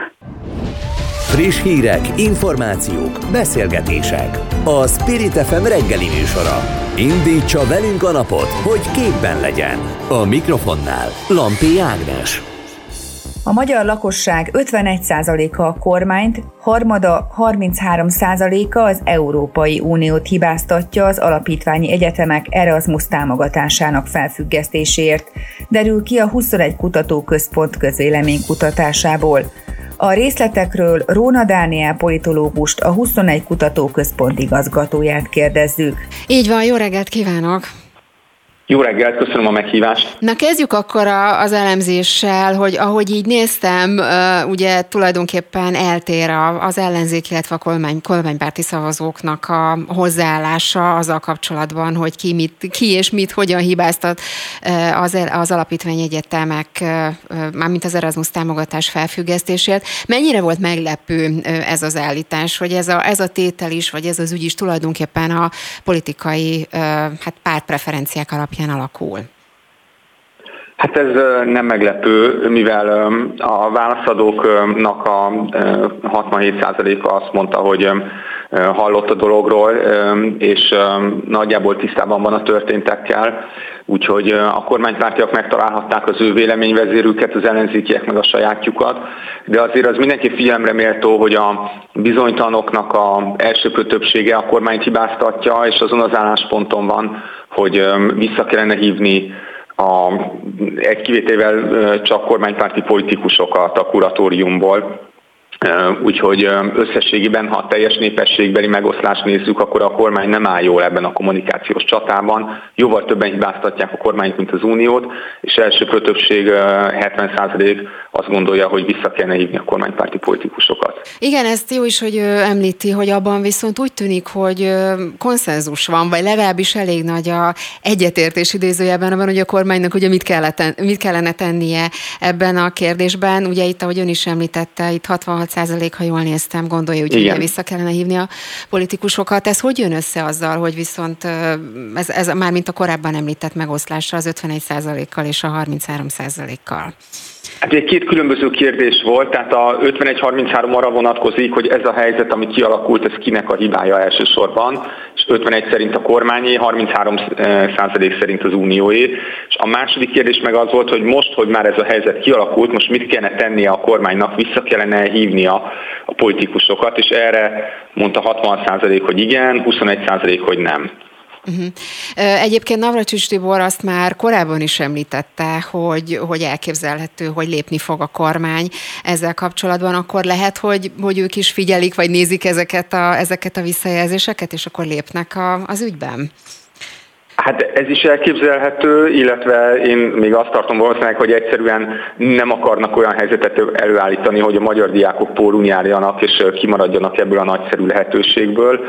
Friss hírek, információk, beszélgetések. A Spirit ef em reggeli műsora. Indítsa velünk a napot, hogy képben legyen. A mikrofonnál Lampi Ágnes. A magyar lakosság ötvenegy százaléka a kormányt, harmada harminchárom százaléka az Európai Uniót hibáztatja az alapítványi egyetemek Erasmus támogatásának felfüggesztéséért, derül ki a huszonegy kutatóközpont közvéleménykutatásából. A részletekről Róna Dániel politológust, a huszonegy kutatóközpont igazgatóját kérdezzük. Így van, jó reggelt kívánok! Jó reggelt, köszönöm a meghívást. Na kezdjük akkor a, az elemzéssel, hogy ahogy így néztem, ugye tulajdonképpen eltér az ellenzék, illetve a kormány, kormánypárti szavazóknak a hozzáállása azzal kapcsolatban, hogy ki, mit, ki és mit hogyan hibáztat az, az alapítványegyetemek, mármint az Erasmus támogatás felfüggesztésért. Mennyire volt meglepő ez az állítás, hogy ez a, ez a tétel is, vagy ez az ügy is tulajdonképpen a politikai hát pártpreferenciák alapján alakul? Hát ez nem meglepő, mivel a válaszadóknak a hatvanhét százaléka azt mondta, hogy hallott a dologról, és nagyjából tisztában van a történtekkel, úgyhogy a kormánypártiak megtalálhatták az ő véleményvezérüket, az ellenzékiek meg a sajátjukat, de azért az mindenki figyelemre méltó, hogy a bizonytalanoknak a elsőprő többsége a kormányt hibáztatja, és azon az állásponton van, hogy vissza kellene hívni a, egy kivételével csak kormánypárti politikusokat a kuratóriumból. Úgyhogy összességében, ha a teljes népességbeli megoszlást nézzük, akkor a kormány nem áll jól ebben a kommunikációs csatában. Jóval többen hibáztatják a kormányt, mint az uniót, és elsőprő többség hetven százalék azt gondolja, hogy vissza kellene hívni a kormánypárti politikusokat. Igen, ezt jó is, hogy említi, hogy abban viszont úgy tűnik, hogy konszenzus van, vagy legalábbis elég nagy a egyetértés idézőjelben abban, hogy a kormánynak ugye mit, kellett, mit kellene tennie ebben a kérdésben. Ugye itt, ahogy ön is említette, itt hatvanhat százalék, ha jól néztem, gondolja, hogy ugye vissza kellene hívni a politikusokat. Ez hogy jön össze azzal, hogy viszont ez, ez már mint a korábban említett megoszlásra az ötvenegy százalékkal és a harminchárom százalékkal? Hát egy két különböző kérdés volt, tehát a ötvenegy harminchárom arra vonatkozik, hogy ez a helyzet, ami kialakult, ez kinek a hibája elsősorban, és ötvenegy szerint a kormányé, harminchárom százalék szerint az unióé. És a második kérdés meg az volt, hogy most, hogy már ez a helyzet kialakult, most mit kellene tennie a kormánynak, vissza kellene hívnia a politikusokat, és erre mondta hatvan százalék, hogy igen, huszonegy százalék, hogy nem. Uh-huh. Egyébként Navracsics Tibor azt már korábban is említette, hogy, hogy elképzelhető, hogy lépni fog a kormány ezzel kapcsolatban, akkor lehet, hogy, hogy ők is figyelik, vagy nézik ezeket a, ezeket a visszajelzéseket, és akkor lépnek a, az ügyben? Hát ez is elképzelhető, illetve én még azt tartom valószínűleg, hogy egyszerűen nem akarnak olyan helyzetet előállítani, hogy a magyar diákok pórun járjanak és kimaradjanak ebből a nagyszerű lehetőségből,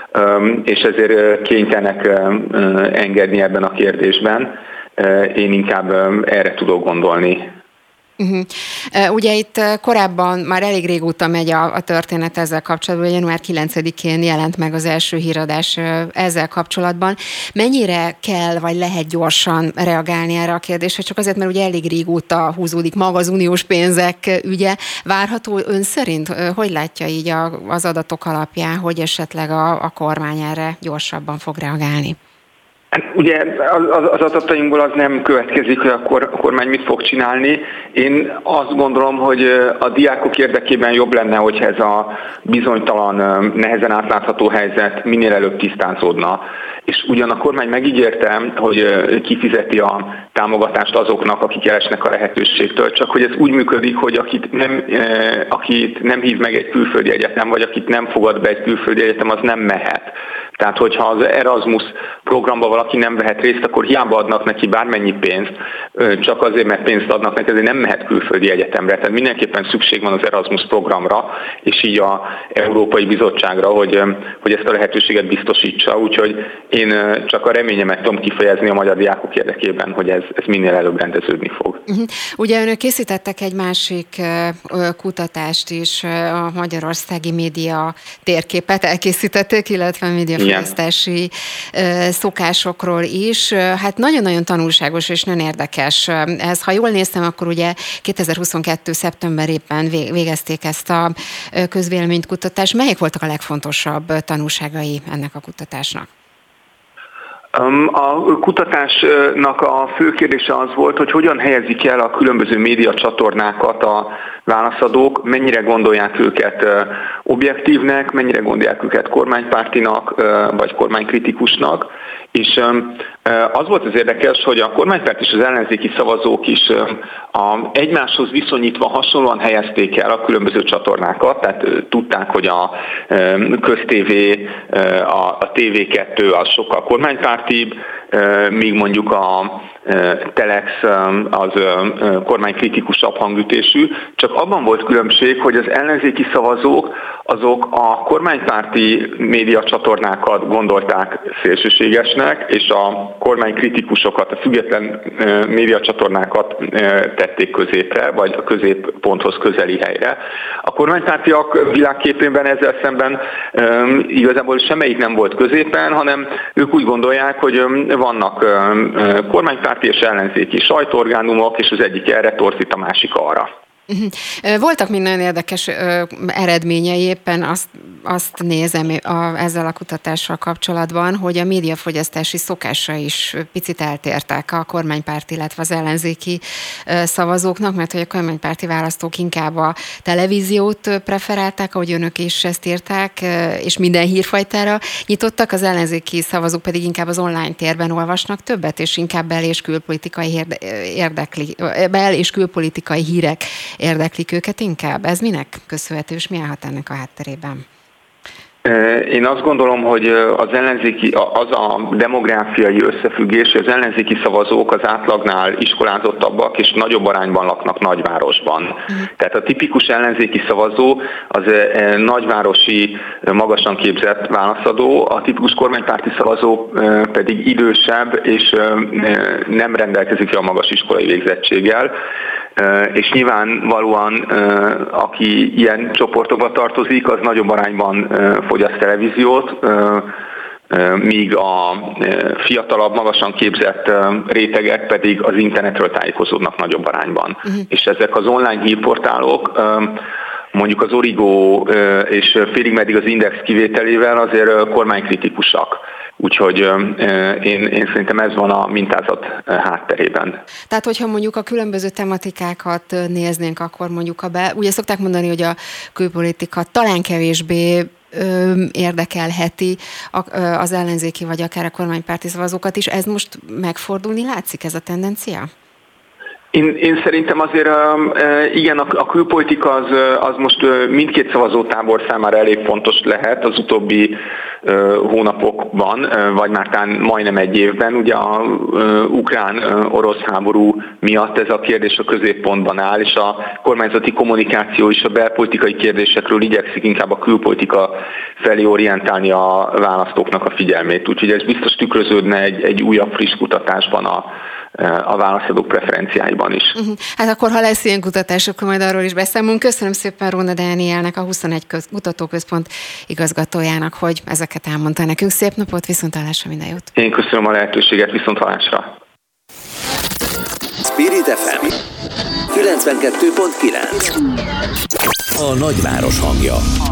és ezért kénytelenek engedni ebben a kérdésben. Én inkább erre tudok gondolni. Uh-huh. Ugye itt korábban már elég régóta megy a, a történet ezzel kapcsolatban, január kilencedikén jelent meg az első híradás ezzel kapcsolatban. Mennyire kell, vagy lehet gyorsan reagálni erre a kérdésre? Csak azért, mert ugye elég régóta húzódik maga az uniós pénzek ügye. Várható ön szerint, hogy látja így a, az adatok alapján, hogy esetleg a, a kormány erre gyorsabban fog reagálni? Ugye az, az adatainkból az nem következik, hogy akkor a kormány mit fog csinálni. Én azt gondolom, hogy a diákok érdekében jobb lenne, hogyha ez a bizonytalan, nehezen átlátható helyzet minél előbb tisztázódna. És ugyan a kormány megígérte, hogy kifizeti a támogatást azoknak, akik elesnek a lehetőségtől, csak hogy ez úgy működik, hogy akit nem, akit nem hív meg egy külföldi egyetem, vagy akit nem fogad be egy külföldi egyetem, az nem mehet. Tehát, hogyha az Erasmus programba valaki nem vehet részt, akkor hiába adnak neki bármennyi pénzt, csak azért, mert pénzt adnak neki, ezért nem mehet külföldi egyetemre. Tehát mindenképpen szükség van az Erasmus programra, és így az Európai Bizottságra, hogy, hogy ezt a lehetőséget biztosítsa. Úgyhogy én csak a reményemet tudom kifejezni a magyar diákok érdekében, hogy ez, ez minél előbb rendeződni fog. Uh-huh. Ugye önök készítettek egy másik kutatást is, a magyarországi média térképet elkészítették, illetve médiafogyasztási szokásokról is. Hát nagyon-nagyon tanulságos és nagyon érdekes. Ez, ha jól néztem, akkor ugye kétezer-huszonkettő szeptemberében végezték ezt a közvéleménykutatást. Melyek voltak a legfontosabb tanulságai ennek a kutatásnak? A kutatásnak a fő kérdése az volt, hogy hogyan helyezik el a különböző média csatornákat a válaszadók, mennyire gondolják őket objektívnek, mennyire gondolják őket kormánypártinak vagy kormánykritikusnak, és az volt az érdekes, hogy a kormánypárt és az ellenzéki szavazók is a egymáshoz viszonyítva hasonlóan helyezték el a különböző csatornákat, tehát tudták, hogy a köztévé, a té vé kettő az sokkal kormánypártibb, míg mondjuk a Telex az kormánykritikusabb hangütésű, csak abban volt különbség, hogy az ellenzéki szavazók azok a kormánypárti médiacsatornákat gondolták szélsőségesnek, és a kormánykritikusokat, a független médiacsatornákat tették középre, vagy a középponthoz közeli helyre. A kormánypártiak világképében ezzel szemben igazából semmelyik nem volt középen, hanem ők úgy gondolják, hogy vannak kormánypárti és ellenzéki sajtóorgánumok, és az egyik erre torzít, a másik arra. Voltak minden érdekes eredményei, éppen azt, azt nézem a, ezzel a kutatással kapcsolatban, hogy a médiafogyasztási szokásra is picit eltértek a kormánypárti, illetve az ellenzéki szavazóknak, mert hogy a kormánypárti választók inkább a televíziót preferálták, ahogy önök is ezt írták, és minden hírfajtára nyitottak, az ellenzéki szavazók pedig inkább az online térben olvasnak többet, és inkább bel- és külpolitikai érdekli, bel- és külpolitikai hírek érdeklik őket inkább? Ez minek köszönhető, és mi állhat ennek a hátterében? Én azt gondolom, hogy az ellenzéki, az a demográfiai összefüggés, hogy az ellenzéki szavazók az átlagnál iskolázottabbak, és nagyobb arányban laknak nagyvárosban. Mm. Tehát a tipikus ellenzéki szavazó az nagyvárosi, magasan képzett válaszadó, a tipikus kormánypárti szavazó pedig idősebb, és nem rendelkezik a magas iskolai végzettséggel. És nyilvánvalóan, aki ilyen csoportokba tartozik, az nagyobb arányban fogyaszt televíziót, míg a fiatalabb, magasan képzett rétegek pedig az internetről tájékozódnak nagyobb arányban. Uh-huh. És ezek az online hírportálok, mondjuk az Origo és félig meddig az Index kivételével azért kormánykritikusak. Úgyhogy én, én szerintem ez van a mintázat hátterében. Tehát, hogyha mondjuk a különböző tematikákat néznénk, akkor mondjuk a be... Ugye szokták mondani, hogy a külpolitika talán kevésbé ö, érdekelheti az ellenzéki vagy akár a kormánypárti szavazókat is. Ez most megfordulni látszik, ez a tendencia? Én, én szerintem azért igen, a, a külpolitika az, az most mindkét szavazótábor számára elég fontos lehet az utóbbi hónapokban, vagy már talán majdnem egy évben. Ugye a ukrán-orosz háború miatt ez a kérdés a középpontban áll, és a kormányzati kommunikáció is a belpolitikai kérdésekről igyekszik inkább a külpolitika felé orientálni a választóknak a figyelmét. Úgyhogy ez biztos tükröződne egy, egy újabb friss kutatásban a a válaszadók preferenciáiban is. Uh-huh. Hát akkor, ha lesz ilyen kutatás, akkor majd arról is beszámolunk. Köszönöm szépen Róna Dánielnek, a huszonegy kutatóközpont igazgatójának, hogy ezeket elmondta nekünk. Szép napot, viszonthallásra, minden jót! Én köszönöm a lehetőséget, viszonthallásra! Spirit ef em kilencvenkettő pont kilenc. A nagyváros hangja.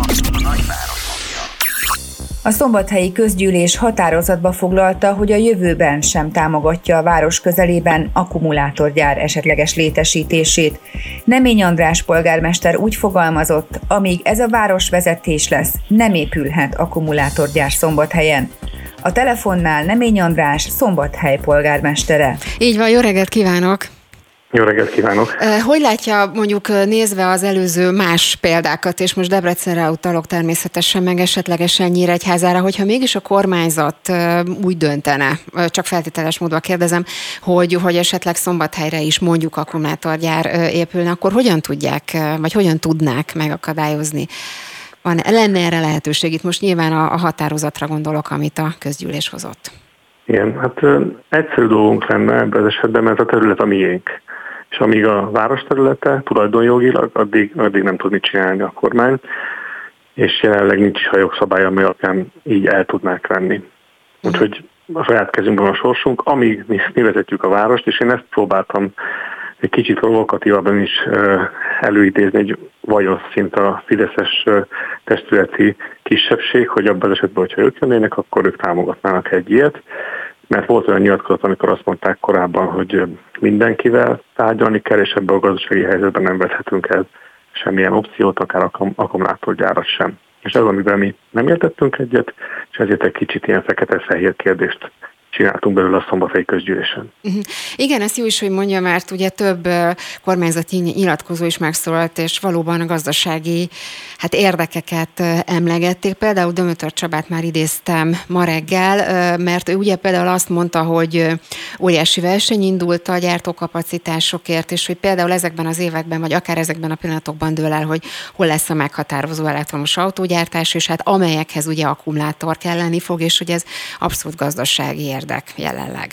A szombathelyi közgyűlés határozatba foglalta, hogy a jövőben sem támogatja a város közelében akkumulátorgyár esetleges létesítését. Nemény András polgármester úgy fogalmazott, amíg ez a városvezetés lesz, nem épülhet akkumulátorgyár Szombathelyen. A telefonnál Nemény András, Szombathely polgármestere. Így van, jó reggelt kívánok! Jó reggelt kívánok! Hogy látja, mondjuk nézve az előző más példákat, és most Debrecenre utalok természetesen, meg esetlegesen Nyíregyházára, hogyha mégis a kormányzat úgy döntene, csak feltételes módon kérdezem, hogy, hogy esetleg Szombathelyre is mondjuk akkumulátorgyár épülne, akkor hogyan tudják, vagy hogyan tudnák megakadályozni? Van, lenne erre lehetőség? Itt most nyilván a, a határozatra gondolok, amit a közgyűlés hozott. Igen, hát egyszerű dolgunk lenne ebben az esetben, mert a terület a miénk. És amíg a város területe tulajdonjogilag, addig, addig nem tud mit csinálni a kormány, és jelenleg nincs is a jogszabály, ami alapján így el tudnák venni. Úgyhogy a saját kezünkben a sorsunk, amíg mi, mi vezetjük a várost, és én ezt próbáltam egy kicsit provokatívabban is előidézni, egy vajon szint a fideszes testületi kisebbség, hogy abban az esetben, hogyha ők jönnének, akkor ők támogatnának egy ilyet. Mert volt olyan nyilatkozat, amikor azt mondták korábban, hogy mindenkivel tárgyalni kell, és ebben a gazdasági helyzetben nem vethetünk el semmilyen opciót, akár akkumulátorgyárat sem. És ez, amiben mi nem értettünk egyet, és ezért egy kicsit ilyen fekete-fehér kérdést csináltunk belőle a szombathelyi közgyűlésen. Uh-huh. Igen, ezt jó is, hogy mondja, mert ugye több uh, kormányzati nyilatkozó is megszólalt, és valóban a gazdasági hát érdekeket uh, emlegették. Például Dömötör Csabát már idéztem ma reggel, uh, mert ő ugye például azt mondta, hogy uh, óriási verseny indult a gyártókapacitásokért, és hogy például ezekben az években, vagy akár ezekben a pillanatokban dől el, hogy hol lesz a meghatározó elektromos autógyártás, és hát amelyekhez ugye akkumulátor kelleni fog, és hogy ez abszolút gazdasági érdek jelenleg.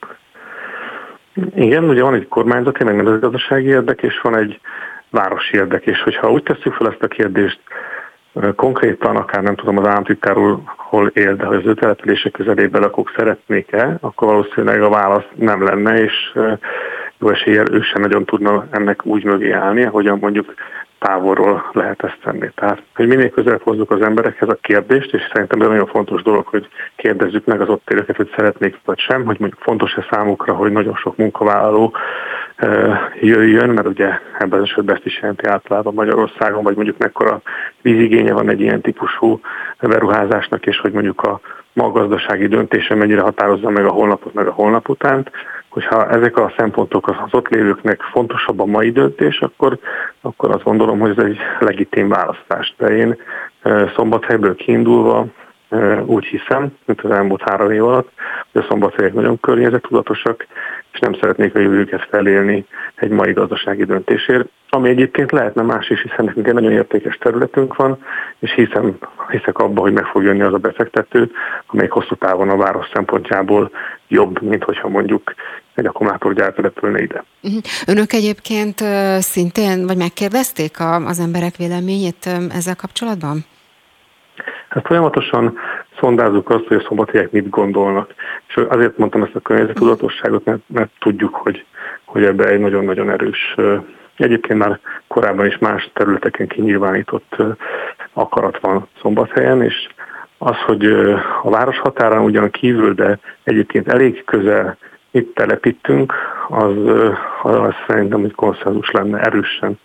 Igen, ugye van egy kormányzati, meg nem gazdasági érdek, és van egy városi érdek, és hogyha úgy tesszük fel ezt a kérdést, konkrétan akár nem tudom az államtitkár úr hol él, de hogy az ő települése közelében lakók szeretnék-e, akkor valószínűleg a válasz nem lenne, és jó eséllyel ő sem nagyon tudna ennek úgy mögé állni, ahogyan mondjuk távolról lehet ezt tenni. Tehát, hogy minél közelebb hozzuk az emberekhez a kérdést, és szerintem ez nagyon fontos dolog, hogy kérdezzük meg az ott élőket, hogy szeretnék vagy sem, hogy mondjuk fontos-e számukra, hogy nagyon sok munkavállaló jöjjön, mert ugye ebben az esetben ezt is jelenti általában Magyarországon, vagy mondjuk mekkora vízigénye van egy ilyen típusú beruházásnak, és hogy mondjuk a ma a gazdasági döntése mennyire határozza meg a holnapot, meg a holnap utánt, hogyha ezek a szempontok az ott lévőknek fontosabb a mai döntés, akkor, akkor azt gondolom, hogy ez egy legitim választás. De én Szombathelyből kiindulva úgy hiszem, mint az elmúlt három év alatt, hogy a szombathelyek nagyon környezettudatosak, és nem szeretnék a jövőket felélni egy mai gazdasági döntésért, ami egyébként lehetne más is, hiszen nekünk egy nagyon értékes területünk van, és hiszem, hiszek abba, hogy meg fog jönni az a befektető, amelyik hosszú távon a város szempontjából jobb, mint hogyha mondjuk egy akkumulátorgyár települne ide. Önök egyébként szintén, vagy megkérdezték az emberek véleményét ezzel kapcsolatban? Hát folyamatosan szondázzuk azt, hogy a szombathelyek mit gondolnak. És azért mondtam ezt a környezettudatosságot, mert, mert tudjuk, hogy, hogy ebben egy nagyon-nagyon erős, egyébként már korábban is más területeken kinyilvánított akarat van Szombathelyen, és az, hogy a város határán ugyan kívül, de egyébként elég közel itt telepítünk, az, az szerintem egy konszenzus lenne erősen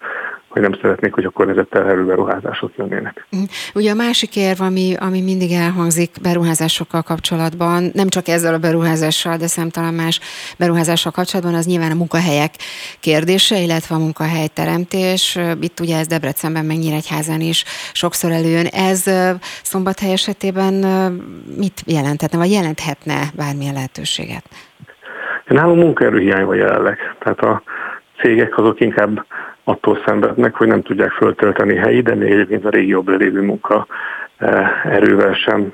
hogy nem szeretnék, hogy a környezetterhelő beruházások jönnének. Ugye a másik érv, ami, ami mindig elhangzik beruházásokkal kapcsolatban, nem csak ezzel a beruházással, de számtalan más beruházással kapcsolatban, az nyilván a munkahelyek kérdése, illetve a munkahelyteremtés. Itt ugye ez Debrecenben, meg Nyíregyházán is sokszor előjön. Ez Szombathely esetében mit jelenthetne, vagy jelenthetne bármilyen lehetőséget? Nálunk munkaerőhiány van jelenleg. Tehát a cégek azok inkább attól szenvednek, hogy nem tudják föltölteni helyi, de még egyébként a régióban lévő munka erővel sem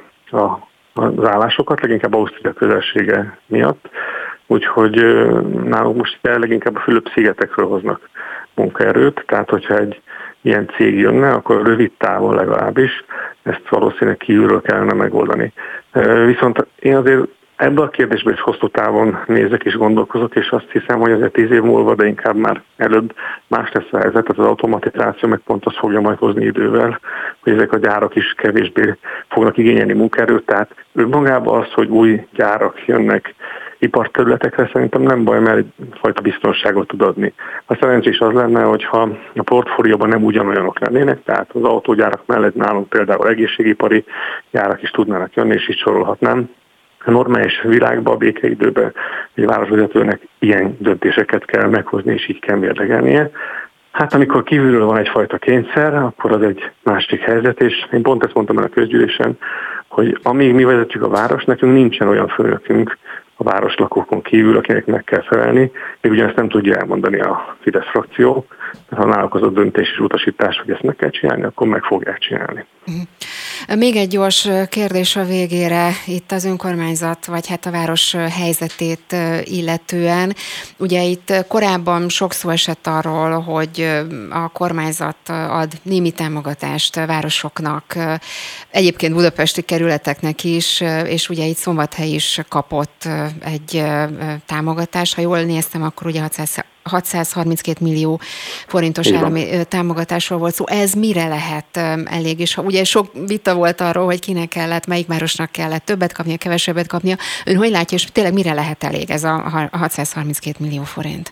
az állásokat, leginkább Ausztria közelsége miatt. Úgyhogy nálunk most leginkább a Fülöp-szigetekről hoznak munkaerőt, tehát hogyha egy ilyen cég jönne, akkor rövid távon legalábbis ezt valószínűleg kívülről kellene megoldani. Viszont én azért ebből a kérdésből is hosszú távon nézek és gondolkozok, és azt hiszem, hogy azért tíz év múlva, de inkább már előbb más lesz a helyzet, tehát az automatizáció meg pont azt fogja majd hozni idővel, hogy ezek a gyárak is kevésbé fognak igényelni munkaerőt, tehát önmagában az, hogy új gyárak jönnek iparterületekre, szerintem nem baj, mert egyfajta biztonságot tud adni. A szerencsés az lenne, hogyha a portfólióban nem ugyanolyanok lennének, tehát az autógyárak mellett nálunk például egészségipari gyárak is tudnának jönni, és így sorolhatnám. A normális világban, a békeidőben egy városvezetőnek ilyen döntéseket kell meghozni, és így kell mérlegelnie. Hát amikor kívülről van egyfajta kényszer, akkor az egy másik helyzet, és én pont ezt mondtam el a közgyűlésen, hogy amíg mi vezetjük a város, nekünk nincsen olyan főnökünk a városlakókon kívül, akinek meg kell felelni, még ugyanezt nem tudja elmondani a Fidesz frakció, mert ha náluk az a döntés és utasítás, hogy ezt meg kell csinálni, akkor meg fogják csinálni. Még egy gyors kérdés a végére itt az önkormányzat, vagy hát a város helyzetét illetően. Ugye itt korábban sok szó esett arról, hogy a kormányzat ad némi támogatást városoknak, egyébként budapesti kerületeknek is, és ugye itt Szombathely is kapott egy támogatást. Ha jól néztem, akkor ugye hatszázharminckét millió forintos állami támogatásról volt szó. Ez mire lehet elég? És ugye sok vita volt arról, hogy kinek kellett, melyik városnak kellett többet kapnia, kevesebbet kapnia. Ön hogy látja, és tényleg mire lehet elég ez a hatszázharminckét millió forint?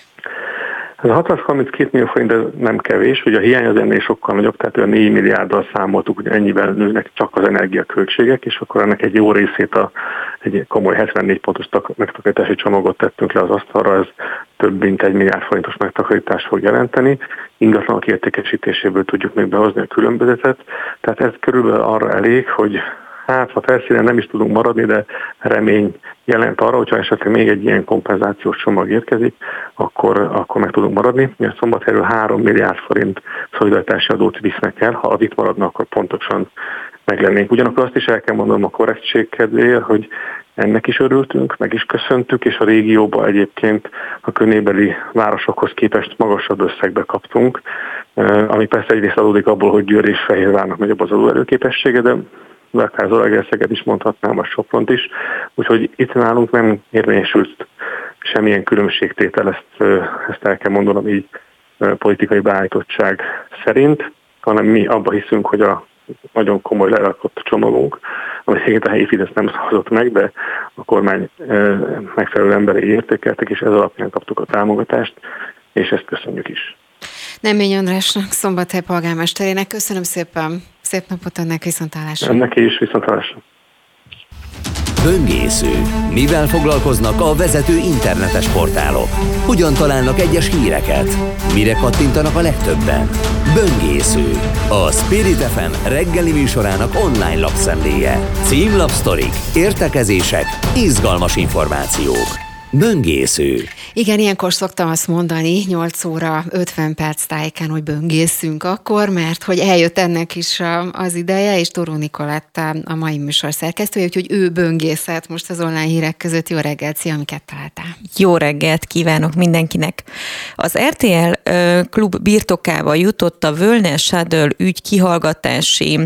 Ez a hatszázharminckét millió forint ez nem kevés, ugye a hiány az ennél sokkal nagyobb, tehát olyan négy milliárddal számoltuk, hogy ennyivel nőnek csak az energiaköltségek, és akkor ennek egy jó részét a, egy komoly hetvennégy pontos megtakarítási csomagot tettünk le az asztalra, ez több mint egy milliárd forintos megtakarítást fog jelenteni. Ingatlanok értékesítéséből tudjuk még behozni a különbözetet, tehát ez körülbelül arra elég, hogy hát ha felszínen nem is tudunk maradni, de remény jelent arra, hogyha esetleg még egy ilyen kompenzációs csomag érkezik, akkor, akkor meg tudunk maradni. A Szombathelyről három milliárd forint szolidaritási adót visznek el, ha itt maradna, akkor pontosan meg lennénk. Ugyanakkor azt is el kell mondanom a korrektség kedvéért, hogy ennek is örültünk, meg is köszöntük, és a régióban egyébként a környékbeli városokhoz képest magasabb összegbe kaptunk, ami persze egyrészt adódik abból, hogy Győr és Fehérvárnak nagyobb az adóerőképessége, de akár Zalaegerszeged is mondhatnám, vagy Sopront is. Úgyhogy itt nálunk nem érvényesült semmilyen különbségtétel, ezt, ezt el kell mondanom így politikai beállítottság szerint, hanem mi abba hiszünk, hogy a nagyon komoly lerakott csomagunk, amit a helyi Fidesz nem szavazott meg, de a kormány megfelelő emberei értékeltek, és ez alapján kaptuk a támogatást, és ezt köszönjük is. Nemmény Andrásnak, Szombathely polgármesterének köszönöm szépen. Szép napot önnek, viszontlátásra. Neki is viszontlátásra. Böngésző. Mivel foglalkoznak a vezető internetes portálok? Hogyan találnak egyes híreket? Mire kattintanak a legtöbben? Böngésző. A Spirit ef em reggeli műsorának online lapszemléje. Címlapsztorik, értekezések, izgalmas információk. Böngésző. Igen, ilyenkor szoktam azt mondani, nyolc óra ötven perc tájékán, hogy böngészünk akkor, mert hogy eljött ennek is az ideje, és Toró Nikolett a mai műsor szerkesztője, úgyhogy ő böngészett most az online hírek között. Jó reggelt, szia, amiket találtál. Jó reggelt kívánok mindenkinek. Az er té el klub birtokába jutott a Völner Shuttle ügy kihallgatási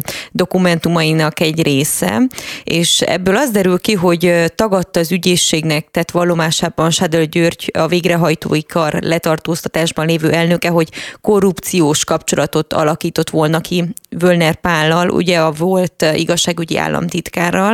dokumentumainak egy része, és ebből az derül ki, hogy tagadta az ügyészségnek tett vallomás állásfoglalásában Sadel György, a végrehajtói kar letartóztatásban lévő elnöke, hogy korrupciós kapcsolatot alakított volna ki Völner Pállal, ugye a volt igazságügyi államtitkárral.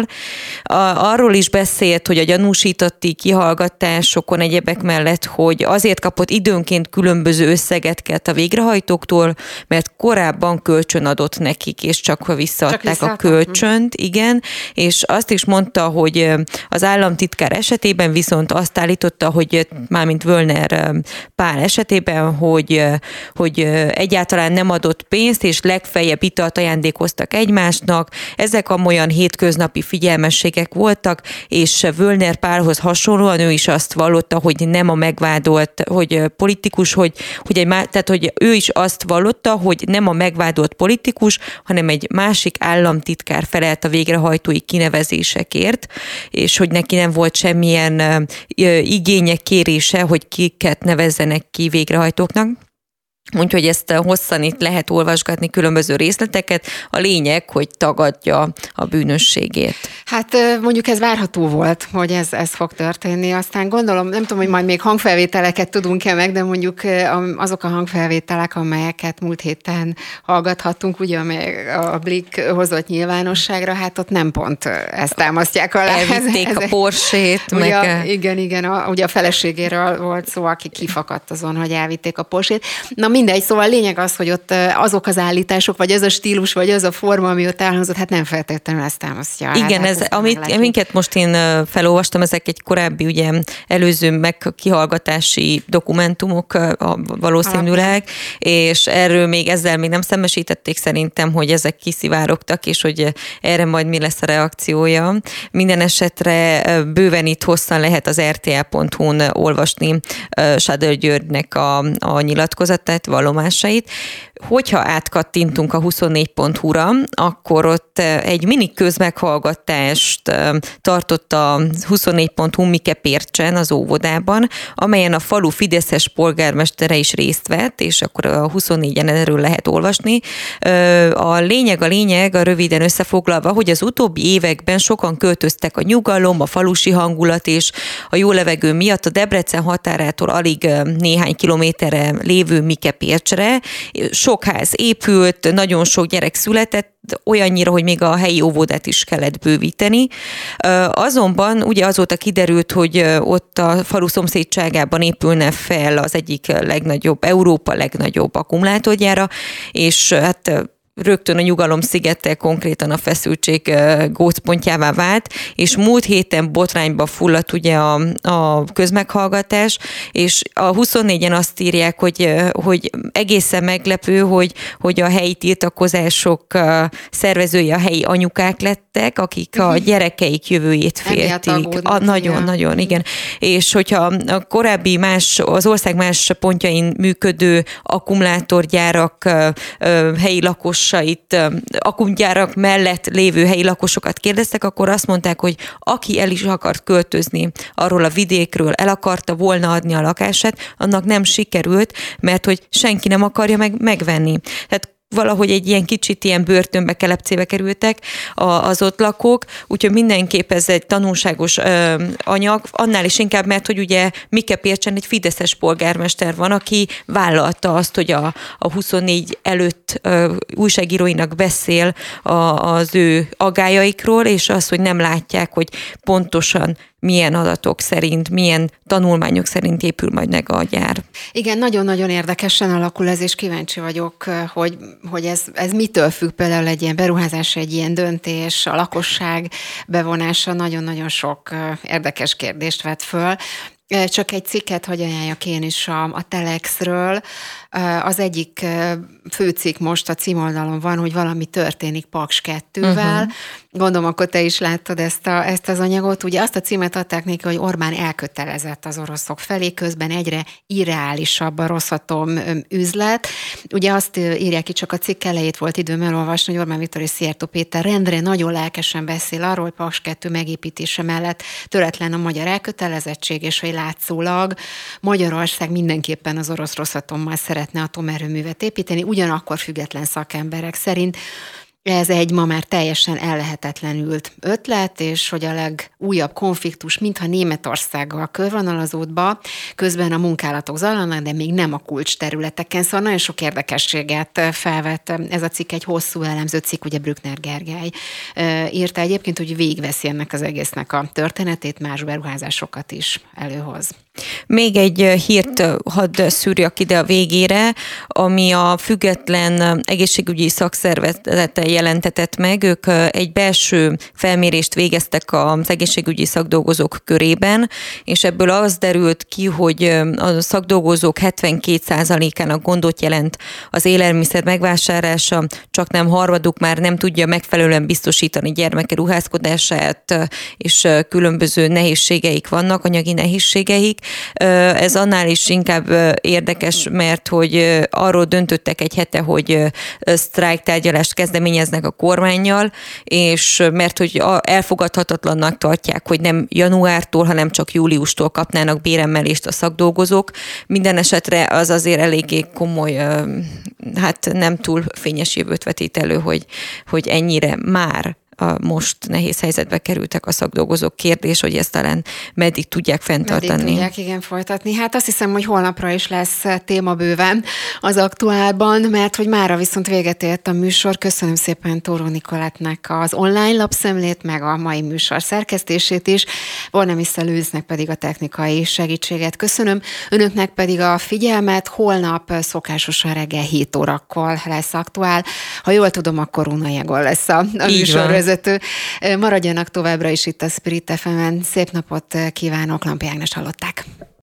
Arról is beszélt, hogy a gyanúsítotti kihallgatásokon egyebek mellett, hogy azért kapott időnként különböző összeget a végrehajtóktól, mert korábban kölcsön adott nekik, és csak visszaadták csak a kölcsönt, igen, és azt is mondta, hogy az államtitkár esetében viszont azt állította, hogy mármint Völner Pál esetében, hogy, hogy egyáltalán nem adott pénzt, és legfeljebb italt ajándékoztak egymásnak. Ezek amolyan hétköznapi figyelmességek voltak, és Völner Pálhoz hasonlóan ő is azt vallotta, hogy nem a megvádolt, hogy politikus, hogy, hogy, egy, tehát, hogy ő is azt vallotta, hogy nem a megvádolt politikus, hanem egy másik államtitkár felelt a végrehajtói kinevezésekért, és hogy neki nem volt semmilyen igénye, kérése, hogy kiket nevezzenek ki végrehajtóknak. Úgyhogy ezt hosszan itt lehet olvasgatni különböző részleteket. A lényeg, hogy tagadja a bűnösségét. Hát mondjuk ez várható volt, hogy ez, ez fog történni. Aztán gondolom, nem tudom, hogy majd még hangfelvételeket tudunk-e meg, de mondjuk azok a hangfelvételek, amelyeket múlt héten hallgathattunk, ugye, amely a Blick hozott nyilvánosságra, hát ott nem pont ezt támasztják alá. Elvitték ez, a Porsét. Ugye, meg... Igen, igen, a, ugye a feleségéről volt szó, aki kifakadt azon, hogy elvitték a Porsét. Na mindegy, szóval a lényeg az, hogy ott azok az állítások, vagy az a stílus, vagy az a forma, ami ott elhangzott, hát nem feltétlenül ezt támasztja. Igen, hát ez, amit minket most én felolvastam, ezek egy korábbi, ugye, előző meg kihallgatási dokumentumok valószínűleg, és erről még ezzel még nem szembesítették szerintem, hogy ezek kiszivárogtak, és hogy erre majd mi lesz a reakciója. Minden esetre bőven itt hosszan lehet az er té el pont hu-n olvasni Sadel Györgynek a, a nyilatkozatát, vallomásait. Hogyha átkattintunk a huszonnégy pont hu-ra, akkor ott egy mini közmeghallgatást tartott a huszonnégy pont hu Mike Pércsen az óvodában, amelyen a falu fideszes polgármestere is részt vett, és akkor a huszonnégyen erről lehet olvasni. A lényeg, a lényeg, a röviden összefoglalva, hogy az utóbbi években sokan költöztek a nyugalom, a falusi hangulat és a jó levegő miatt a Debrecen határától alig néhány kilométerre lévő Mike Pércsre. Sok ház épült, nagyon sok gyerek született, olyannyira, hogy még a helyi óvodát is kellett bővíteni. Azonban ugye azóta kiderült, hogy ott a falu szomszédságában épülne fel az egyik legnagyobb, Európa legnagyobb akkumulátorgyára, és hát rögtön a Nyugalom szigete konkrétan a feszültség gócpontjává vált, és múlt héten botrányba fulladt ugye a, a közmeghallgatás, és a huszonnégyen azt írják, hogy, hogy egészen meglepő, hogy, hogy a helyi tiltakozások szervezői a helyi anyukák lettek, akik a gyerekeik jövőjét féltik. Nagyon, nagyon, igen. És hogyha a korábbi más, az ország más pontjain működő akkumulátorgyárak helyi lakos akkumgyárak mellett lévő helyi lakosokat kérdeztek, akkor azt mondták, hogy aki el is akart költözni arról a vidékről, el akarta volna adni a lakását, annak nem sikerült, mert hogy senki nem akarja meg megvenni. Tehát valahogy egy ilyen kicsit ilyen börtönbe, kelepcébe kerültek az ott lakók, úgyhogy mindenképp ez egy tanulságos ö, anyag, annál is inkább, mert hogy ugye Mike Pércsen egy fideszes polgármester van, aki vállalta azt, hogy a, a huszonnégy előtt ö, újságíróinak beszél a, az ő agályaikról, és az, hogy nem látják, hogy pontosan milyen adatok szerint, milyen tanulmányok szerint épül majd meg a gyár. Igen, nagyon-nagyon érdekesen alakul ez, és kíváncsi vagyok, hogy, hogy ez, ez mitől függ, például egy ilyen beruházás, egy ilyen döntés, a lakosság bevonása nagyon-nagyon sok érdekes kérdést vet föl. Csak egy cikket, hogy ajánljak én is a, a Telexről. Az egyik főcikk most a címoldalon van, hogy valami történik Paks kettővel. Uh-huh. Gondolom, akkor te is láttad ezt, a, ezt az anyagot. Ugye azt a címet adták neki, hogy Orbán elkötelezett az oroszok felé, közben egyre irreálisabb a Rosszatom üzlet. Ugye azt írják ki, csak a cikk elejét volt időm elolvasni, hogy Orbán Viktor és Szijjártó Péter rendre nagyon lelkesen beszél arról, hogy Paks kettő megépítése mellett töretlen a magyar elkötelezettség, és hogy látszólag Magyarország mindenképpen az orosz Rosszatommal szeretne atomerőművet építeni, ugyanakkor független szakemberek szerint Ez egy ma már teljesen ellehetetlenült ötlet, és hogy a legújabb konfliktus mintha Németországgal körvonalazódva, közben a munkálatok zajlanak, de még nem a kulcs területeken, szóval nagyon sok érdekességet felvet ez a cikk, egy hosszú elemző cikk, ugye Brückner Gergely írta egyébként, hogy végigveszi ennek az egésznek a történetét, más beruházásokat is előhoz. Még egy hírt hadd szűrjak ide a végére, ami a független egészségügyi szakszervezete jelentetett meg. Ők egy belső felmérést végeztek az egészségügyi szakdolgozók körében, és ebből az derült ki, hogy a szakdolgozók hetvenkét százalékának gondot jelent az élelmiszer megvásárlása, csak nem harmaduk már nem tudja megfelelően biztosítani gyermeke ruházkodását, és különböző nehézségeik vannak, anyagi nehézségeik. Ez annál is inkább érdekes, mert hogy arról döntöttek egy hete, hogy sztrájktárgyalást kezdeményeznek a kormánnyal, és mert hogy elfogadhatatlannak tartják, hogy nem januártól, hanem csak júliustól kapnának béremelést a szakdolgozók. Minden esetre az azért eléggé komoly, hát nem túl fényes jövőt vetít elő, hogy, hogy ennyire már a most nehéz helyzetbe kerültek a szakdolgozók. Kérdés, hogy ezt talán meddig tudják fenntartani. Meddig tudják, igen, folytatni. Hát azt hiszem, hogy holnapra is lesz téma bőven az aktuálban, mert hogy mára viszont véget ért a műsor. Köszönöm szépen Tóró Nicolettnek az online lapszemlét, meg a mai műsor szerkesztését is. Bornemisza Lőznek pedig a technikai segítséget köszönöm. Önöknek pedig a figyelmet. Holnap szokásosan reggel hét órakor lesz aktuál. Ha jól tudom, akkor Róna Jegor lesz a, a műsor. Maradjanak továbbra is itt a Spirit ef emen. Szép napot kívánok, Lampi Ágnes hallották.